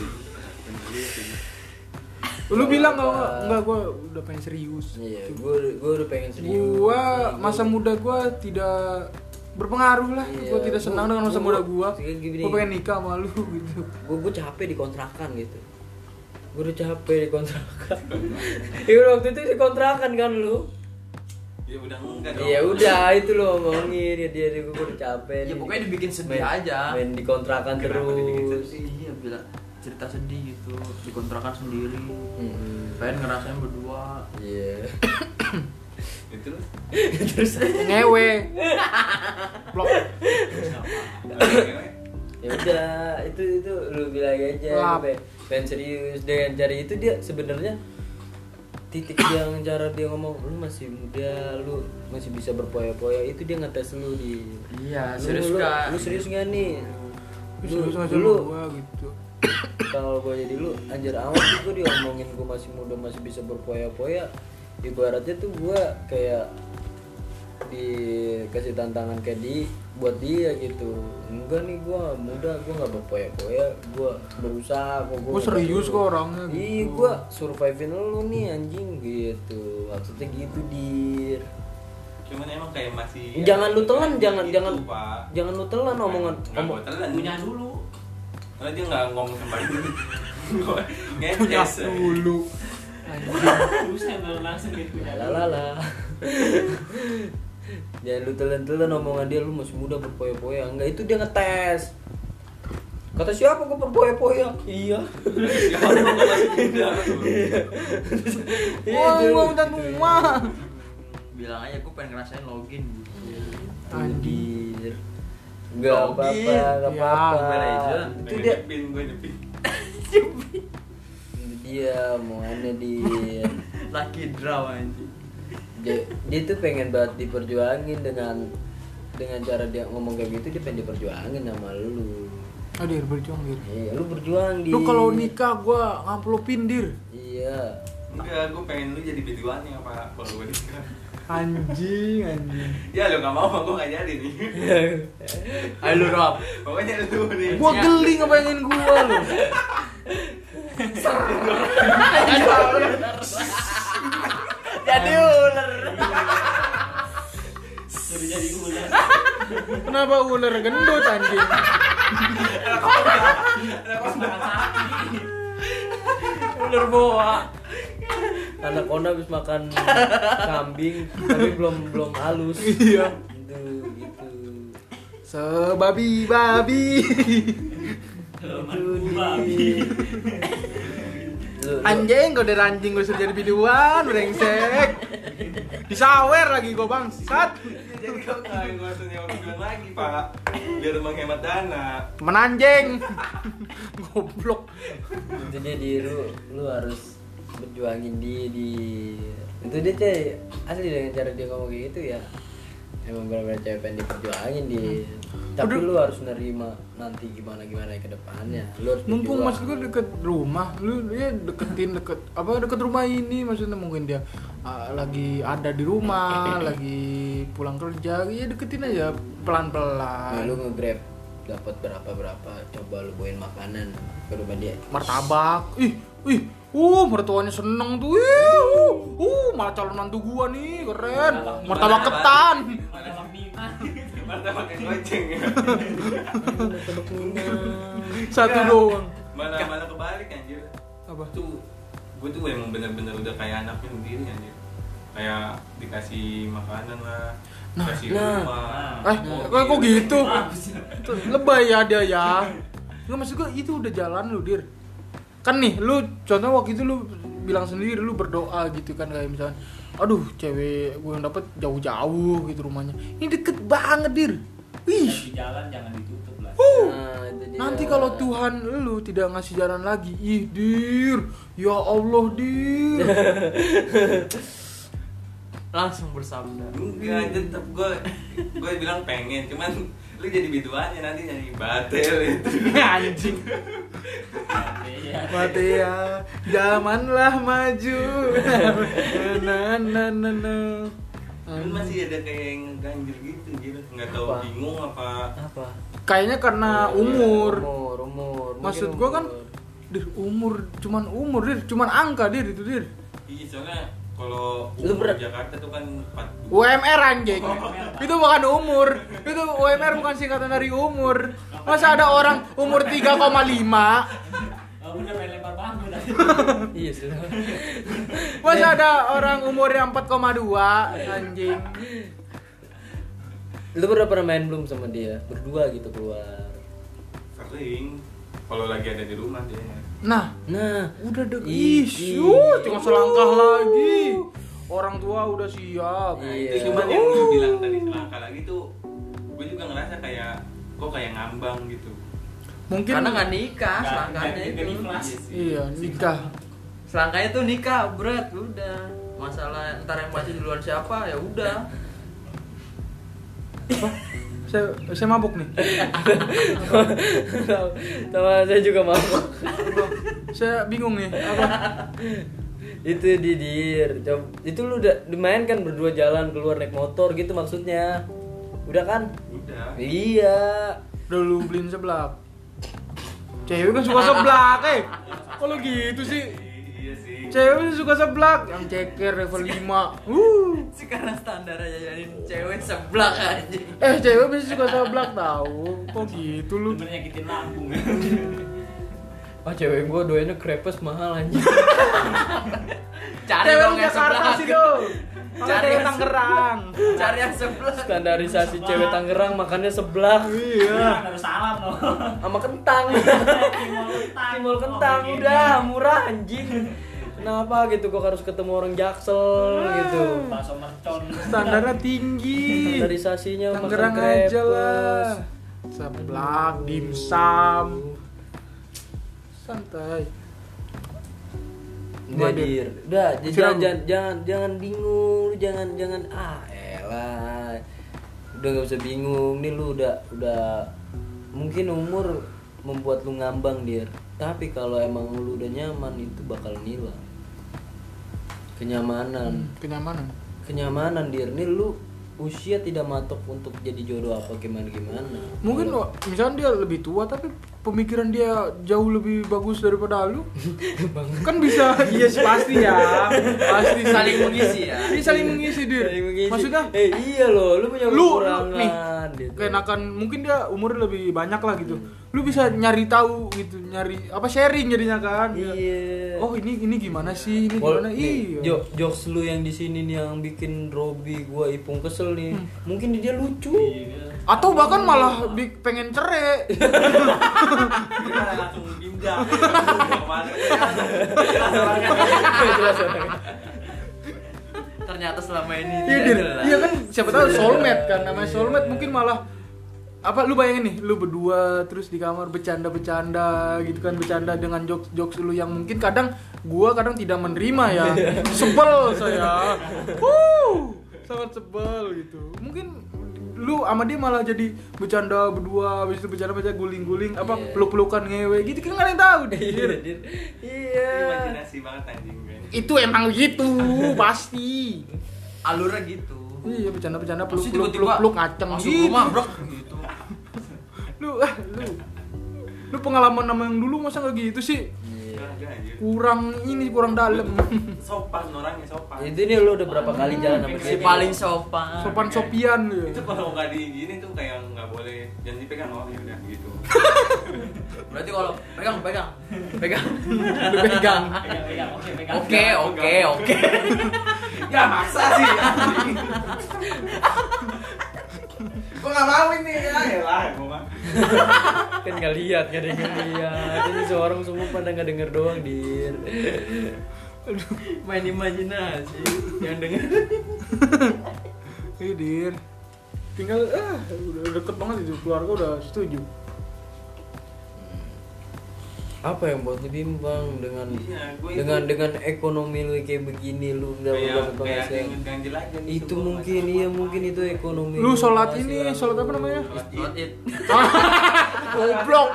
Lu bilang enggak gua udah pengen serius. Iya, gua udah pengen serius. Gua masa muda gua tidak berpengaruh lah. Iya, Gua tidak senang dengan masa muda gua. Gua pengen nikah sama lu gitu. Gua capek di kontrakan gitu. Gua udah capek di kontrakan. Iya waktu itu di kontrakan kan lu. Ya udah enggak dong. Iya udah itu lo ngomongin ya dia gua udah capek. Ya pokoknya dibikin sedih Main- aja. Main di kontrakan Kenapa dibikin terus. sedih? Iya, bilang cerita sedih gitu, dikontrakan sendiri. Pengen ngerasain berdua. Iya. Ya, terus Terus Ngewe. Blok. ya udah itu lu bilang aja Lap. lu pengen serius dengan cari itu dia sebenarnya titik yang cara dia ngomong lu masih muda lu masih bisa berpoya-poya itu dia ngetes lu di Iya, Lu- serius lu, kan? lu serius gak nih Serius nggak sama dulu gua gitu. kalau gue jadi lu anjir amat sih gue diomongin gue masih muda masih bisa berpoya-poya ibaratnya tuh gue kayak dikasih tantangan kayak buat dia gitu enggak nih gue muda gue nggak berpoya-poya gue berusaha Gua serius kok orangnya gitu. iya gue survivein lu nih anjing gitu maksudnya gitu dir Cuman emang kayak masih jangan lu telan gitu, jangan Pak. jangan lu telan omongan Nggak gua telan. Punya dulu. Karena dia nggak ngomong sama dia. Punya Ngetes. dulu. Buset baru langsung gitu punya. lalala jangan lu telan-telan omongan dia lu masih muda berpoya-poya enggak itu dia ngetes kata siapa gue berpoya-poya iya Siapa yang ngomong masih muda? Iya, Wah, itu. gua minta rumah. Bilang aja gua pengen ngerasain login gitu. Anjir enggak Login. apa-apa enggak Ya, apa-apa Legend. itu dia gue nyepin. itu dia omongannya dia Lucky draw anjing. dia tuh pengen banget diperjuangin dengan cara dia ngomong kayak gitu dia pengen diperjuangin sama lu Adir berjuang Dir. iya lu berjuang di Lu kalau nikah gua ngamplopin Dir. iya Enggak, gue pengen lu jadi biduannya Pak kalau gue nikah. Anjing. Ya lu nggak mau, gue nggak jadi nih. Ayo lu Rob. Pokoknya lu nih. Gua geli ngebayangin gua lu. Jadi ular. Sudah jadi ular. Kenapa ular gendut anjing? Ular boa. anak Ona habis makan kambing tapi belum halus Iya. gitu Sebabi-babi. itu babi. Lu- Anjing, kau dari anjing gue suruh jadi biduan, brengsek. Disawer lagi gua bangsat. Jadi kau nggak usah nyewa mobilan lagi pak, biar menghemat dana. Menanjing. Goblok. Intinya di lu harus berjuangin di itu dia cewek asli dengan cara dia ngomong kayak gitu ya. Emang benar-benar cewek pengen diperjuangin di. Tapi Udah. lu harus nerima nanti gimana ke depannya. Lu harus Mumpung berjuang. maksud gue deket rumah, lu ya deket rumah ini, maksudnya mungkin dia lagi ada di rumah, lagi pulang kerja, ya deketin aja Nah, pelan-pelan. lu nge-grab dapat berapa coba lu bawain makanan ke rumah dia. Martabak, mertuanya seneng tuh, malah calon mantu gua nih, keren. Martabak ketan. Martabak Minang. Martabak yang goceng ya. Satu doang. Malah kebalik anjir. Apa? Tuh gue tuh emang bener-bener udah kayak anaknya sendiri anjir. Kayak dikasih makanan lah, dikasih rumah. Kok gitu? Lebay ya dia ya. Nggak, maksud gue itu udah jalan lu, Dir. Kan nih, lu contoh waktu itu lu bilang sendiri lu berdoa gitu kan, kayak misalnya aduh cewek gue yang dapet jauh-jauh gitu rumahnya. Ini deket banget, Dir. Wih. Di jalan jangan ditutup lah. Nah, itu dia. Nanti kalau Tuhan lu tidak ngasih jalan lagi, ih Dir, ya Allah Dir. Langsung bersabda. Enggak, tetep gue bilang pengen, cuman lu jadi biduannya nanti nyanyi batel itu. Anjing. Mati ya, zamanlah maju. Na. Lu masih ada kayak yang ganjil gitu, gitu. Nggak tahu Apa? bingung apa. Kayaknya karena umur. Maksud Mungkin gua kan, umur. Dir, umur, Dir, cuman angka, Dir, itu, Dir. Iya, soalnya kalau Lu umur berat. Jakarta tuh kan 42. UMR anjing. Itu bukan umur. Itu UMR bukan singkatan dari umur. Masa ada orang umur 3,5? Oh, bener main lempar bangku dah. Iya sudah. Masa ada orang umurnya 4,2 anjing. Lu pernah main belum sama dia? Berdua gitu keluar. Sering. Kalau lagi ada di rumah dia. Nah, Nah, udah deh. Ih, Tinggal selangkah lagi. Orang tua udah siap. Nah, Iya. itu cuman yang lu bilang tadi selangkah lagi tuh gue juga ngerasa kayak kok kayak ngambang gitu. Mungkin Karena nggak nikah, Nggak- selangkahnya nggak itu. ikhlas. Iya, nikah. Selangkahnya tuh nikah, berat udah. Masalah ntar yang masih duluan siapa ya udah. Saya mabuk nih. sama saya juga mau. Saya bingung nih. Apa? Itu Didir. Itu lu udah dimainkan berdua jalan keluar naik motor gitu maksudnya. Udah kan? Udah. Iya. Udah lu beliin seblak. Cewek kan suka seblak, Kalau gitu sih. Iya sih. Cewek suka seblak, yang ceker level 5. Sekarang standar aja jadi cewek seblak aja. Cewek pasti suka seblak tahu. Kok gitu lu? Bener nyakitin lambung. Cewek gua doainnya crepes mahal anjing. Cari Cewek dong lu yang Jakarta seblak. sih tuh. Cari Cari yang Tangerang. Cari yang seblak. Standarisasi cewek Tangerang makannya seblak Iya. Harus salam loh. sama kentang. Timbul kentang udah murah anjing. Kenapa gitu kok harus ketemu orang Jaksel gitu. Bakso mercon. Standarnya tinggi. Standarisasinya makan Tangerang aja lah. crepes. Seblak, dimsum. Santai. Udah dir, udah Siram. jangan bingung, lu jangan elah. Udah nggak usah bingung, nih lu udah mungkin umur membuat lu ngambang dir. Tapi kalau emang lu udah nyaman itu bakal hilang. Kenyamanan dir, nih lu usia tidak matok untuk jadi jodoh apa gimana. Mungkin misalnya dia lebih tua tapi pemikiran dia jauh lebih bagus daripada lu. Kan bisa. Iya sih pasti ya. Pasti Saling mengisi ya. Iya, saling mengisi, Dir. Maksudnya iya loh, lu punya lu kekurangan nih gitu. kenakan mungkin dia umurnya lebih banyak lah gitu. Lu bisa nyari tahu gitu, nyari apa sharing jadinya kan. Iya. Oh, ini gimana sih? Ini Wal- gimana? nih, Iya. jokes lu yang di sini nih yang bikin Robi gua Ipung kesel nih. Mungkin dia lucu. Atau bahkan malah pengen cerai. Kita langsung pindah. Kemana? Jelas. ternyata selama ini Iya, tidak Dir. jelas. Iya kan siapa tahu soulmate kan, namanya soulmate mungkin malah apa lu bayangin nih, lu berdua terus di kamar bercanda-bercanda gitu kan, bercanda dengan jokes lu yang mungkin gua kadang tidak menerima ya. Sebel saya. Sangat sebel gitu. Mungkin lu sama dia malah jadi bercanda berdua, habis itu bercanda guling-guling apa peluk-pelukan ngewe gitu kan, nggak ada yang tahu Dir. Iya. Imajinasi banget anjing kan. Itu emang gitu pasti. Alurnya gitu. Iya, bercanda-bercanda Terus peluk-peluk tiba-tiba peluk ngaceng masuk gitu. rumah, bro. Gitu. Lu pengalaman sama yang dulu masa nggak gitu sih? Enggak anjir. Kurang dalam. Sopan orangnya sopan. Itu nih lu udah berapa kali jalan sama Si dia? paling sopan. Sopan-sopian ya. Itu kalau nggak di gini tuh kayak nggak boleh, jangan dipegang, oh ya udah gitu. Berarti kalau pegang. Lu pegang. Pegang, oke, pegang. Oke. Ya maksa sih. Gua nggak mau ini ya lah, gua mah. Kan nggak lihat, nggak ada yang lihat. Ini seorang semua pada nggak denger doang, Dir. Main imajinasi yang denger. Iya, Dir. Tinggal udah deket banget itu, keluarga udah setuju. Apa yang buat lu bimbang dengan Iya, gua itu- dengan ekonomi lu kayak begini, lu udah Kayak penghasilan. ganjil aja nih, Itu semua mungkin masih iya sama. mungkin itu ekonomi. Lu sholat penghasilan ini, lu. sholat apa namanya? Not it. Goblok.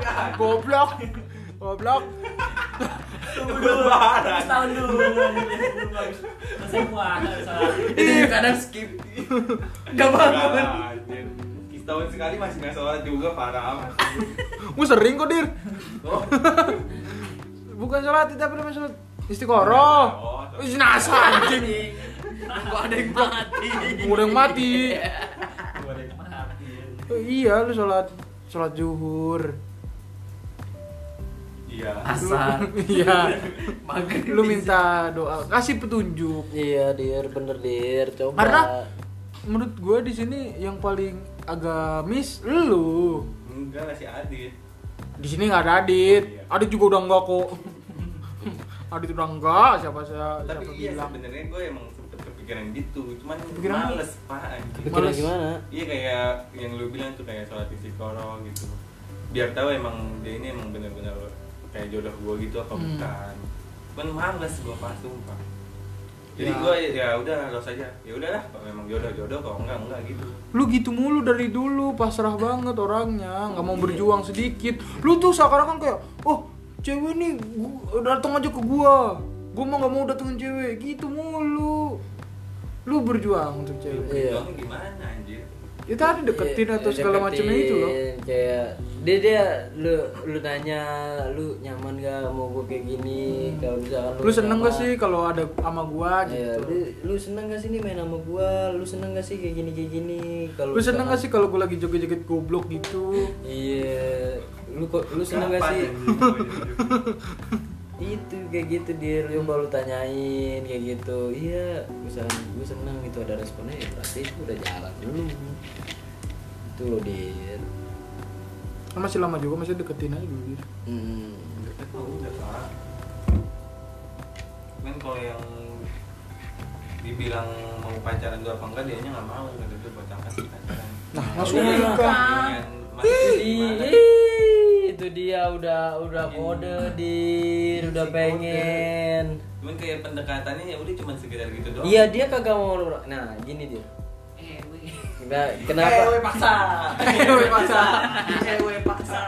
Lebaran. Tahun dulu. Masih puasa salah. Itu kadang skip. Gak bangun. Anjir. Setahun sekali masih nggak sholat juga, parah amat. Gue sering kok, Dir. Oh, Bukan sholat, tapi namanya sholat istiqoroh. Oh, Jenazah anjing. Gua ada yang mati. Udah yang mati. Gua ada yang mati. Iya, lu sholat zuhur. iya. Asal. Iya. Maghrib. Lu minta doa, kasih petunjuk. Iya, Dir, bener, Dir. Coba. Karena menurut gue di sini yang paling agamis lu. Enggak lah si Adit. Di sini nggak ada Adit. Oh, iya. Adit juga udah enggak kok. Adit udah enggak, siapa Tapi iya bilang. sebenarnya gue emang sempet kepikiran gitu, cuman Kepikiran apa? males pak anjing. Kepikiran Males. gimana? Iya kayak yang lu bilang tuh kayak sholat istiqoroh gitu. Biar tahu emang dia ini emang benar-benar kayak jodoh gue gitu apa bukan. Cuman males gue pas sumpah. Jadi Ya. gue ya udah los aja. Ya udahlah kalau memang jodoh kalau enggak gitu. Lu gitu mulu dari dulu, pasrah banget orangnya, nggak mau berjuang sedikit. Lu tuh seakan-akan kayak, oh cewek nih datang aja ke gua mah nggak mau datengin cewek, gitu mulu. Lu berjuang untuk cewek. Iya. Jualnya gimana anjir? Ya tadi deketin atau segala macamnya itu loh. Kayak dia lu nanya lu nyaman gak mau gue kayak gini, kalau misalkan Lu seneng gak nyaman. sih kalau ada sama gua Iya, gitu? lu seneng gak sih nih main sama gua? Lu seneng gak sih kayak gini? Kalau Lu seneng gak sih kalau gua lagi joget-joget goblok gitu? Iya, lu seneng gak Kapan sih? anjing? Itu kayak gitu dia, lu baru tanyain kayak gitu. Iya, misalkan gue seneng itu ada responnya ya berarti itu udah jalan dulu. Itu loh dir. Kan masih lama juga, masih deketin aja dulu. Dir. Oh, udah pak. Kan kalau yang dibilang mau pacaran tuh apa enggak, dianya nggak mau, kata dia buat apa sih pacaran. Nah, langsung Iya. nikah. Itu dia udah kode dir, udah pengen. Cuman kayak pendekatannya ya udah cuma sekedar gitu doang. Iya dia kagak mau. Nah gini dia. Nah, kenapa? Ewe paksa. Ewe paksa. Ewe paksa.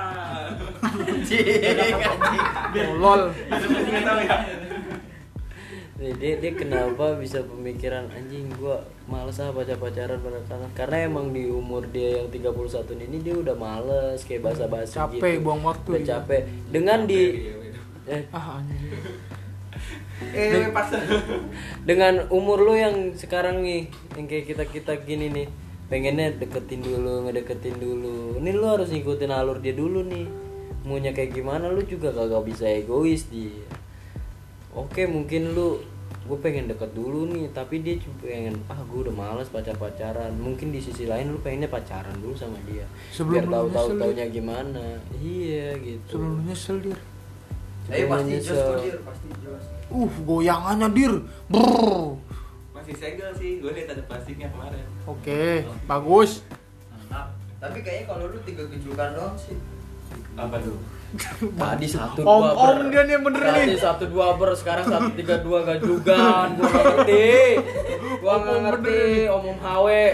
Lol. Nggak tahu ya. Dia kenapa bisa pemikiran anjing gua males pacaran karena emang di umur dia yang 31 ini dia udah males kayak basa-basi gitu. Capek, buang waktu Udah dia. capek. Dengan di Anjir. Paksa. dengan umur lu yang sekarang nih yang kayak kita gini nih pengennya ngedeketin dulu. Ini lu harus ngikutin alur dia dulu nih. Maunya kayak gimana lu juga kagak bisa egois dia. Oke mungkin gue pengen deket dulu nih tapi dia cuma pengen gue udah males pacaran mungkin di sisi lain lu pengennya pacaran dulu sama dia Sebelum biar lu nyesel, taunya gimana iya gitu Sebelum lu nyesel, Dir. Ayo pasti Nyesel. jos kok dir, pasti jos. Goyangannya, Dir. Brrr. masih segel sih, gue lihat ada plastiknya kemarin. Oke, bagus. Mantap. Tapi kayaknya kalau lu 3 kejukan doang sih. Apa tuh? Tadi 1-2 Om dia nih yang bener Tadi nih. 1-2 sekarang 1-3-2 gajugan. Gua nggak ngerti. Gua nggak ngerti om HW.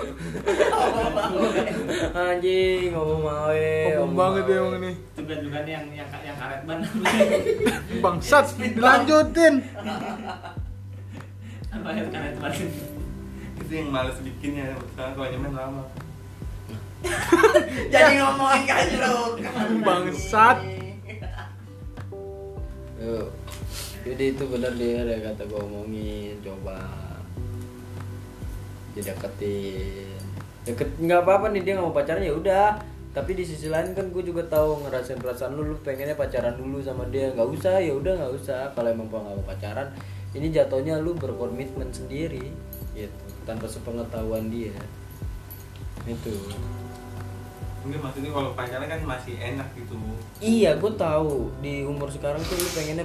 Anjing om HW. Om banget ya emang ini. Juga nih yang karet ban. Bangsat, dilanjutin. Apa yang karet ban? Itu yang males bikinnya, sekarang kalau nyemen lama. Jadi ngomongin kajruk. Bangsat. Yuk. Jadi itu benar dia ya kata gue omongin, coba dideketin. Deket nggak apa-apa nih dia nggak mau pacaran ya udah. Tapi di sisi lain kan gue juga tahu ngerasain perasaan lu pengennya pacaran dulu sama dia. Nggak usah ya udah nggak usah. Kalau emang gua nggak mau pacaran, ini jatuhnya lu berkomitmen sendiri gitu tanpa sepengetahuan dia. Itu. Enggak, maksudnya kalau pacaran kan masih enak gitu. Iya, gue tahu di umur sekarang tuh lu pengennya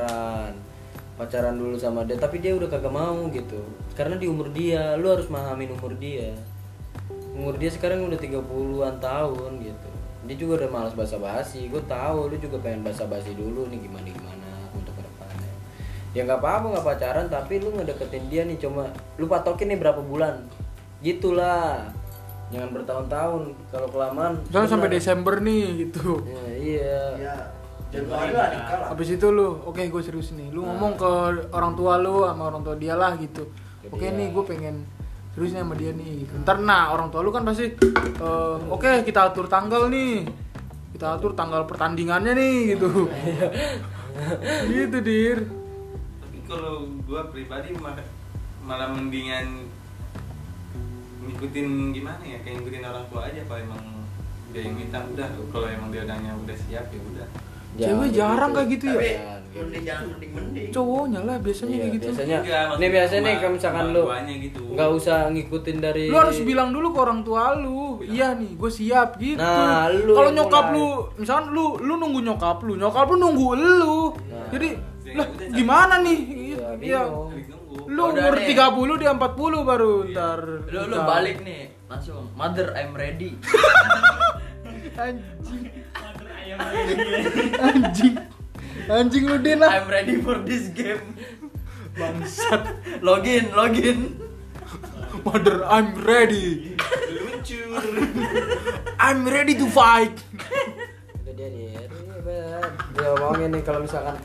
pacaran dulu sama dia, tapi dia udah kagak mau gitu. Karena di umur dia, lu harus mahamin umur dia. Umur dia sekarang udah 30-an tahun gitu. Dia juga udah malas basa-basi. Gue tahu lu juga pengen basa-basi dulu nih gimana untuk kedepannya. Ya nggak apa-apa nggak pacaran, tapi lu ngedeketin dia nih cuma lu patokin nih berapa bulan. Gitulah. Jangan bertahun-tahun, kalau kelamaan Jangan sampai Desember nih gitu. Ya, iya. Ya. Habis itu lu, oke gue serius nih. Lu ngomong ke orang tua lu sama orang tua dia lah gitu. Oke nih gue pengen serius nih sama dia nih. Ntar nah orang tua lu kan pasti oke kita atur tanggal nih. Kita atur tanggal pertandingannya nih gitu. Gitu dir. Tapi kalau gue pribadi malah mendingan ngikutin gimana ya, kayak ngikutin orang tua aja. Kalau emang dia yang minta udah, kalau emang dia udah siap ya udah. Cewek jarang kayak gitu ya. Mending. Cowoknya lah biasanya Iya, kayak gitu. biasanya. Enggak, Nih maksudnya biasanya nih sama- kalau misalkan sama lu tuanya gitu. nggak usah ngikutin dari. Lu harus bilang dulu ke orang tua lu. Iya nih, gue siap gitu. Nah, lu kalau yang nyokap mulai. lu, misalkan lu nunggu nyokap lu nunggu lu. Nah. Jadi Ya, lah udah, gimana nih? Ya, Iya. bingung. Lagi nunggu. Lu Udah umur deh. 30 dia 40 baru ntar. Lu nikah. balik nih langsung. Mother, I'm ready. Anjing, Mother ayam lagi. anjing. Anjing lu Din lah. I'm ready for this game. Bangsat. Login. Mother, I'm ready. Luncur. I'm ready to fight. Itu dia nih. Dia omongin nih kalau misalkan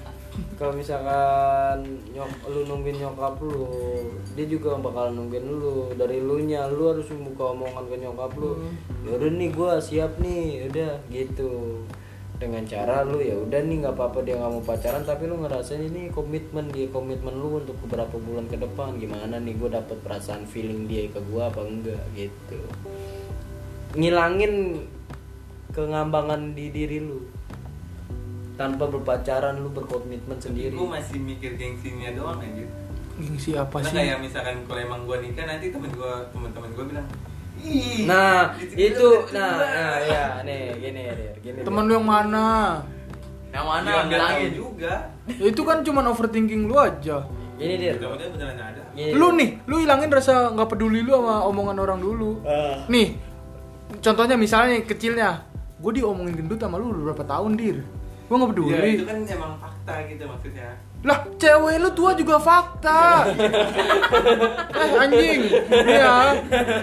lu nungguin nyokap lu, dia juga bakal nungguin lu. Dari lu harus membuka omongan ke nyokap lu. Ya udah nih gua siap nih, udah gitu. Dengan cara lu ya udah nih nggak apa-apa dia nggak mau pacaran, tapi lu ngerasain ini komitmen lu untuk beberapa bulan ke depan. Gimana nih gue dapet perasaan feeling dia ke gue apa enggak gitu. Ngilangin kengambangan di diri lu. Tanpa berpacaran lu berkomitmen sendiri. Gue masih mikir gengsinya doang aja. Gengsi apa Karena sih? kayak misalkan kalau emang gue nikah nanti teman-teman gue bilang, ih. Nah, itu ya nih gini ya, Dir. Gini. Temen lu yang mana? Yang mana Dia nggak tahu bilangin. juga. Ya, itu kan cuman overthinking lu aja. Gini, Dir. Mudah-mudahan beneran ada. Gini. Lu nih, lu hilangin rasa nggak peduli lu sama omongan orang dulu. Nih, contohnya misalnya nih, kecilnya, gue diomongin gendut sama lu udah berapa tahun dir? Gue nggak peduli. Ya itu kan emang fakta gitu maksudnya. Lah, cewek lu tua juga fakta. Anjing. Iya.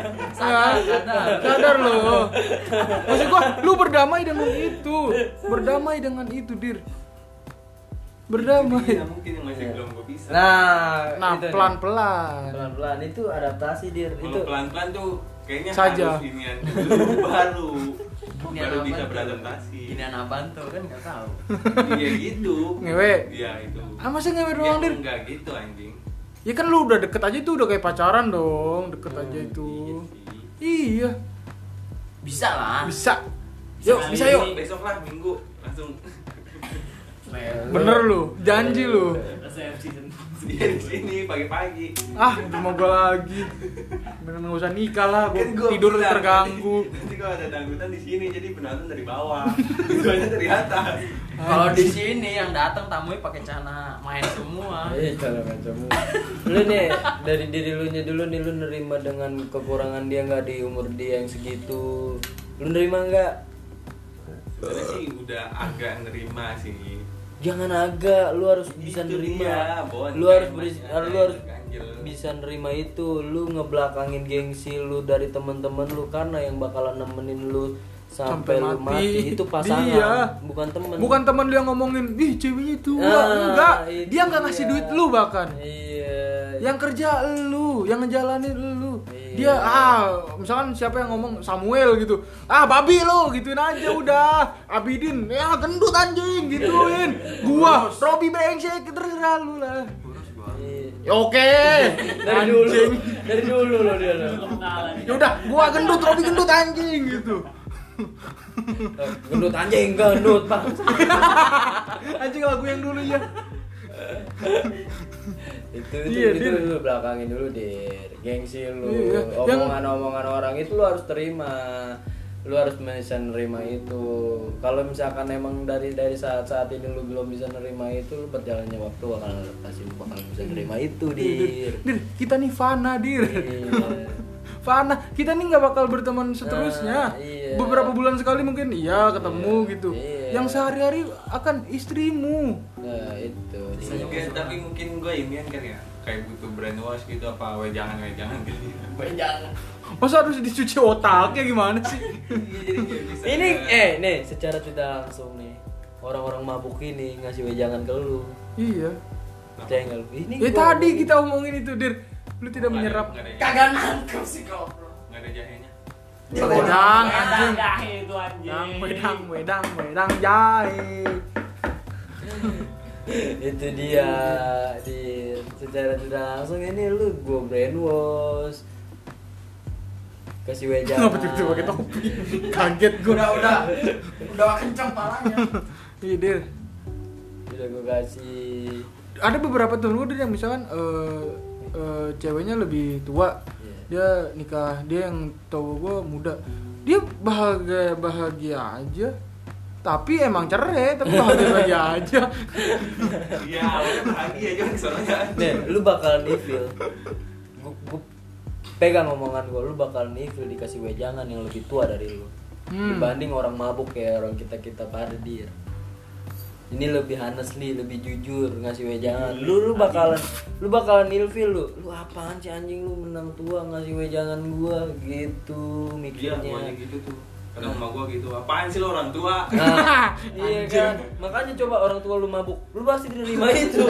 Sadar lo. Maksud gua, lu berdamai dengan itu, dir. Berdamai. Iya mungkin yang masih belum gue bisa. Nah, Nah, itu nih. pelan-pelan. Pelan-pelan itu adaptasi, Dir. Kalau Itu pelan-pelan tuh kayaknya Saja. harus inian dulu baru Ini baru anak bisa bantu. beradaptasi. Ini anak bantu kan nggak tahu. Iya gitu. Ngewe. Iya itu. Ah, masa ngewe Ya, doang, dir? enggak gitu anjing. Ya kan lu udah deket aja itu udah kayak pacaran dong, deket aja itu. Iya, Bisa lah. bisa. Yuk, bisa yuk. Besok lah Minggu langsung. Bener lu, janji lu. Resepsi Dia di sini pagi-pagi. Rumah gua lagi. Bener nggak usah nikah lah, gua Kan gua tidur bilang, terganggu. Nanti kalau ada dangdutan di sini jadi penonton dari bawah. Gituannya dari atas. Kalau di sini yang datang tamunya pakai celana main semua. Kalau macam lu nih dari diri lu nya dulu nih, lu nerima dengan kekurangan dia nggak di umur dia yang segitu? Lu nerima nggak? Sebenarnya sih udah agak nerima sih. Jangan agak, lu harus bisa Itu nerima. dia, Bon. Lu harus Masih lu ada harus yang ganjel. bisa nerima itu. Lu ngebelakangin gengsi lu dari teman-teman lu karena yang bakalan nemenin lu sampai lu mati itu pasangan, Iya. bukan temen. Bukan teman lu yang ngomongin, ih ceweknya tua. Ah, Enggak, itu dia nggak ngasih dia. duit lu bahkan. Iya. Yang kerja lu, yang ngejalanin lu. Iya. Dia misalkan siapa yang ngomong Samuel gitu. Babi lu, gituin aja udah. Abidin, ya gendut anjing gituin. Gua Robi Bengsek terserah lu lah. Iya. Ya, oke. Dari dulu, Anjing. dari dulu lo dia lo. Ya udah, gua gendut, Robi gendut anjing gitu. Gendut anjing, gendut bang. Anjing lagu yang dulu ya. Itu Dir. lu belakangin dulu dir, gengsi lu, Iya. omongan-omongan orang itu lu harus terima, lu harus bisa nerima itu. Kalau misalkan emang dari saat ini lu belum bisa nerima itu, lu berjalannya waktu akan adaptasi, lu bakal bisa nerima itu dir. Dir, kita nih fana, Dir. Iya. Fana, kita nih nggak bakal berteman seterusnya. Iya. Beberapa bulan sekali mungkin iya ketemu gitu. Iya. Yang sehari-hari akan istrimu. Nah itu. Bisa juga, tapi mungkin gue ini kan ya kayak butuh brainwash gitu apa wejangan kali. Jangan. Masa harus dicuci otaknya gimana sih? Jadi nggak bisa. Ini nih secara tidak langsung nih orang-orang mabuk ini ngasih wejangan ke lu. Iya. Percaya nggak lu? Ini Ya gua tadi ngomongin. kita omongin itu, Dir. Lu tidak menyerap. Kagak nangkep sih goblok. Nggak ada jahenya. Wedang anjing. Jahe itu anjing. Wedang jahe. Itu dia di secara tidak langsung ini lu gua brainwash kasih wejangan. Ngapa tiba-tiba pakai topi? Kaget gua. Udah kenceng palanya. Iya, Dir. Udah gua kasih. Ada beberapa temen gue yang misalkan ceweknya lebih tua, dia nikah, dia yang tahu gue muda, dia bahagia aja, tapi emang cerai, tapi bahagia aja. Iya, awalnya bahagia aja soalnya. Nih, lu bakalan ilfil. Gua pegang omongan gua, lu bakalan ilfil dikasih wejangan yang lebih tua dari lu. Dibanding orang mabuk kayak orang kita pada dia. Ini lebih honestly, lebih jujur ngasih wejangan. Lu bakalan ilfil lu. Lu apaan sih anjing, lu menang tua ngasih wejangan gua gitu Iya, mikirnya. awalnya gitu tuh. Kadang sama gua gitu, apaan sih lo orang tua? Nah, iya kan. Makanya coba orang tua lu mabuk, lu pasti terima itu.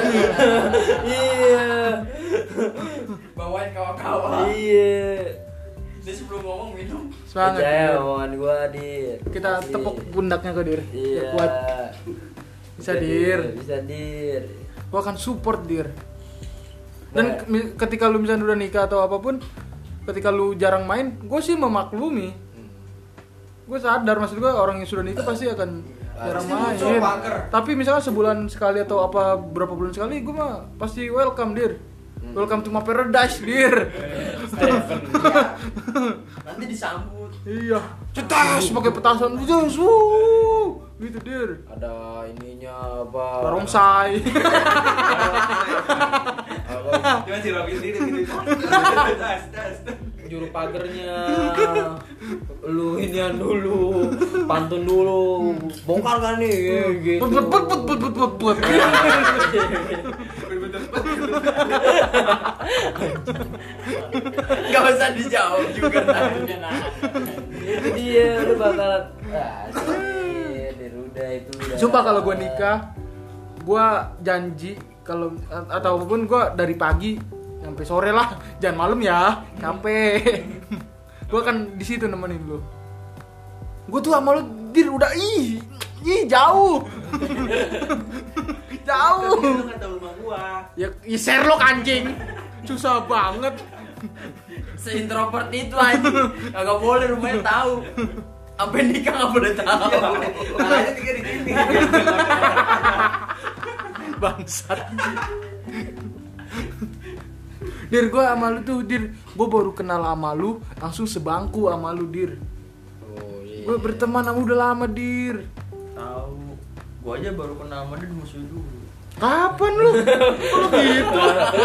Iya. Bawain kawan-kawan. Iya. Dia sebelum ngomong minum. Semangat. Percaya Dir. omongan gua, Dir. Kita Kasih. tepuk pundaknya ke Dir. Iya. Biar kuat. Bisa, Dir. Bisa dir. Gua akan support, Dir. Dan Nah. ketika lu misalnya udah nikah atau apapun, ketika lu jarang main, gue sih memaklumi. Gue sadar, maksud gue orang yang sudah nikah pasti akan jarang main. Tapi misalnya sebulan sekali atau apa berapa bulan sekali, gue mah pasti welcome, Dir. Welcome to my paradise, Dir. Nanti disambut. Iya. Cetas pakai petasan terus. Gitu, Dir. Ada ininya apa? Barongsai. Cuma si Robin sendiri gitu. Tas. Juru pagernya. Lu inian dulu, pantun dulu. Bongkar kan nih gitu. Put. Gak usah dijawab juga tadi. Itu dia lu bakalan Dir udah itu udah. Sumpah kalau gue nikah, gue janji kalau ataupun gue dari pagi sampai sore lah, jangan malam ya, capek. Gue akan di situ nemenin lu. Gue tuh sama lu, Dir, udah ih jauh. Jauh. Lu nggak tahu rumah gua. Ya Sherlock anjing. Susah banget. Se-introvert itu anjing. Kagak boleh rumahnya tahu. Sampai nikah enggak boleh tahu. Makanya tinggal di sini. Bangsat. Dir, gue sama lu tuh, Dir. Gue baru kenal sama lu, langsung sebangku sama lu, Dir. Oh iya. Gue berteman sama udah lama, Dir. Tahu. Gua aja baru kenal sama dia di musuh dulu. Kapan lu? Kalau gitu.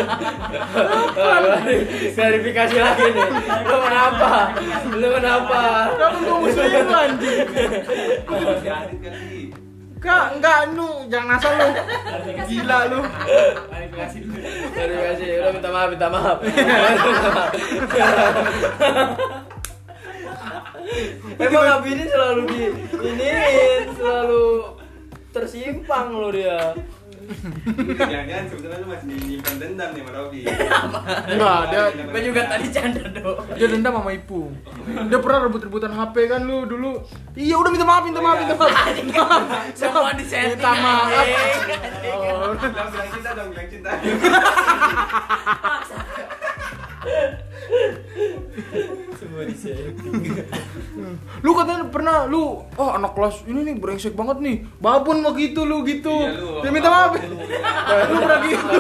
Klarifikasi lagi nih. Lu kenapa? Kapan gue musuhin lu anjing? Masih adit kali. Kak, enggak, lu jangan asal lu. Gila lu. Klarifikasi dulu. Klarifikasi. Udah minta maaf. Emang Abi ini selalu selalu tersimpang lo dia. Jangan-jangan sebetulnya lu masih nyimpan dendam nih sama Robi. Enggak, dia Gua juga tadi canda dong. dia dendam sama Ipung. Dia pernah rebut-rebutan HP kan lu dulu. Iya, udah minta maaf. Semua disetting. Minta maaf. Bilang cinta dong, bilang cinta. Semua disetting. Lu katanya pernah lu, oh anak kelas ini nih brengsek banget nih. Babon mau gitu lu gitu. Iya, lu. Dia minta maaf. Lu pernah gitu.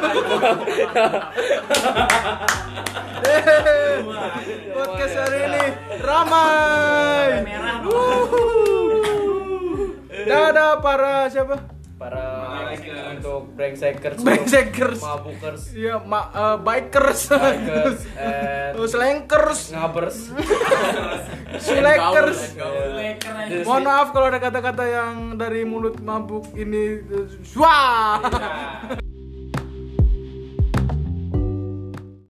Podcast hari ini ramai. Merah. Dadah para siapa? Para untuk brengsakers, Brengsakers. mabukers, Iya, bikers. bikers, and Slankers. ngabers. Sulekers. Leker aja. Mohon maaf kalau ada kata-kata yang dari mulut mabuk ini. Wah.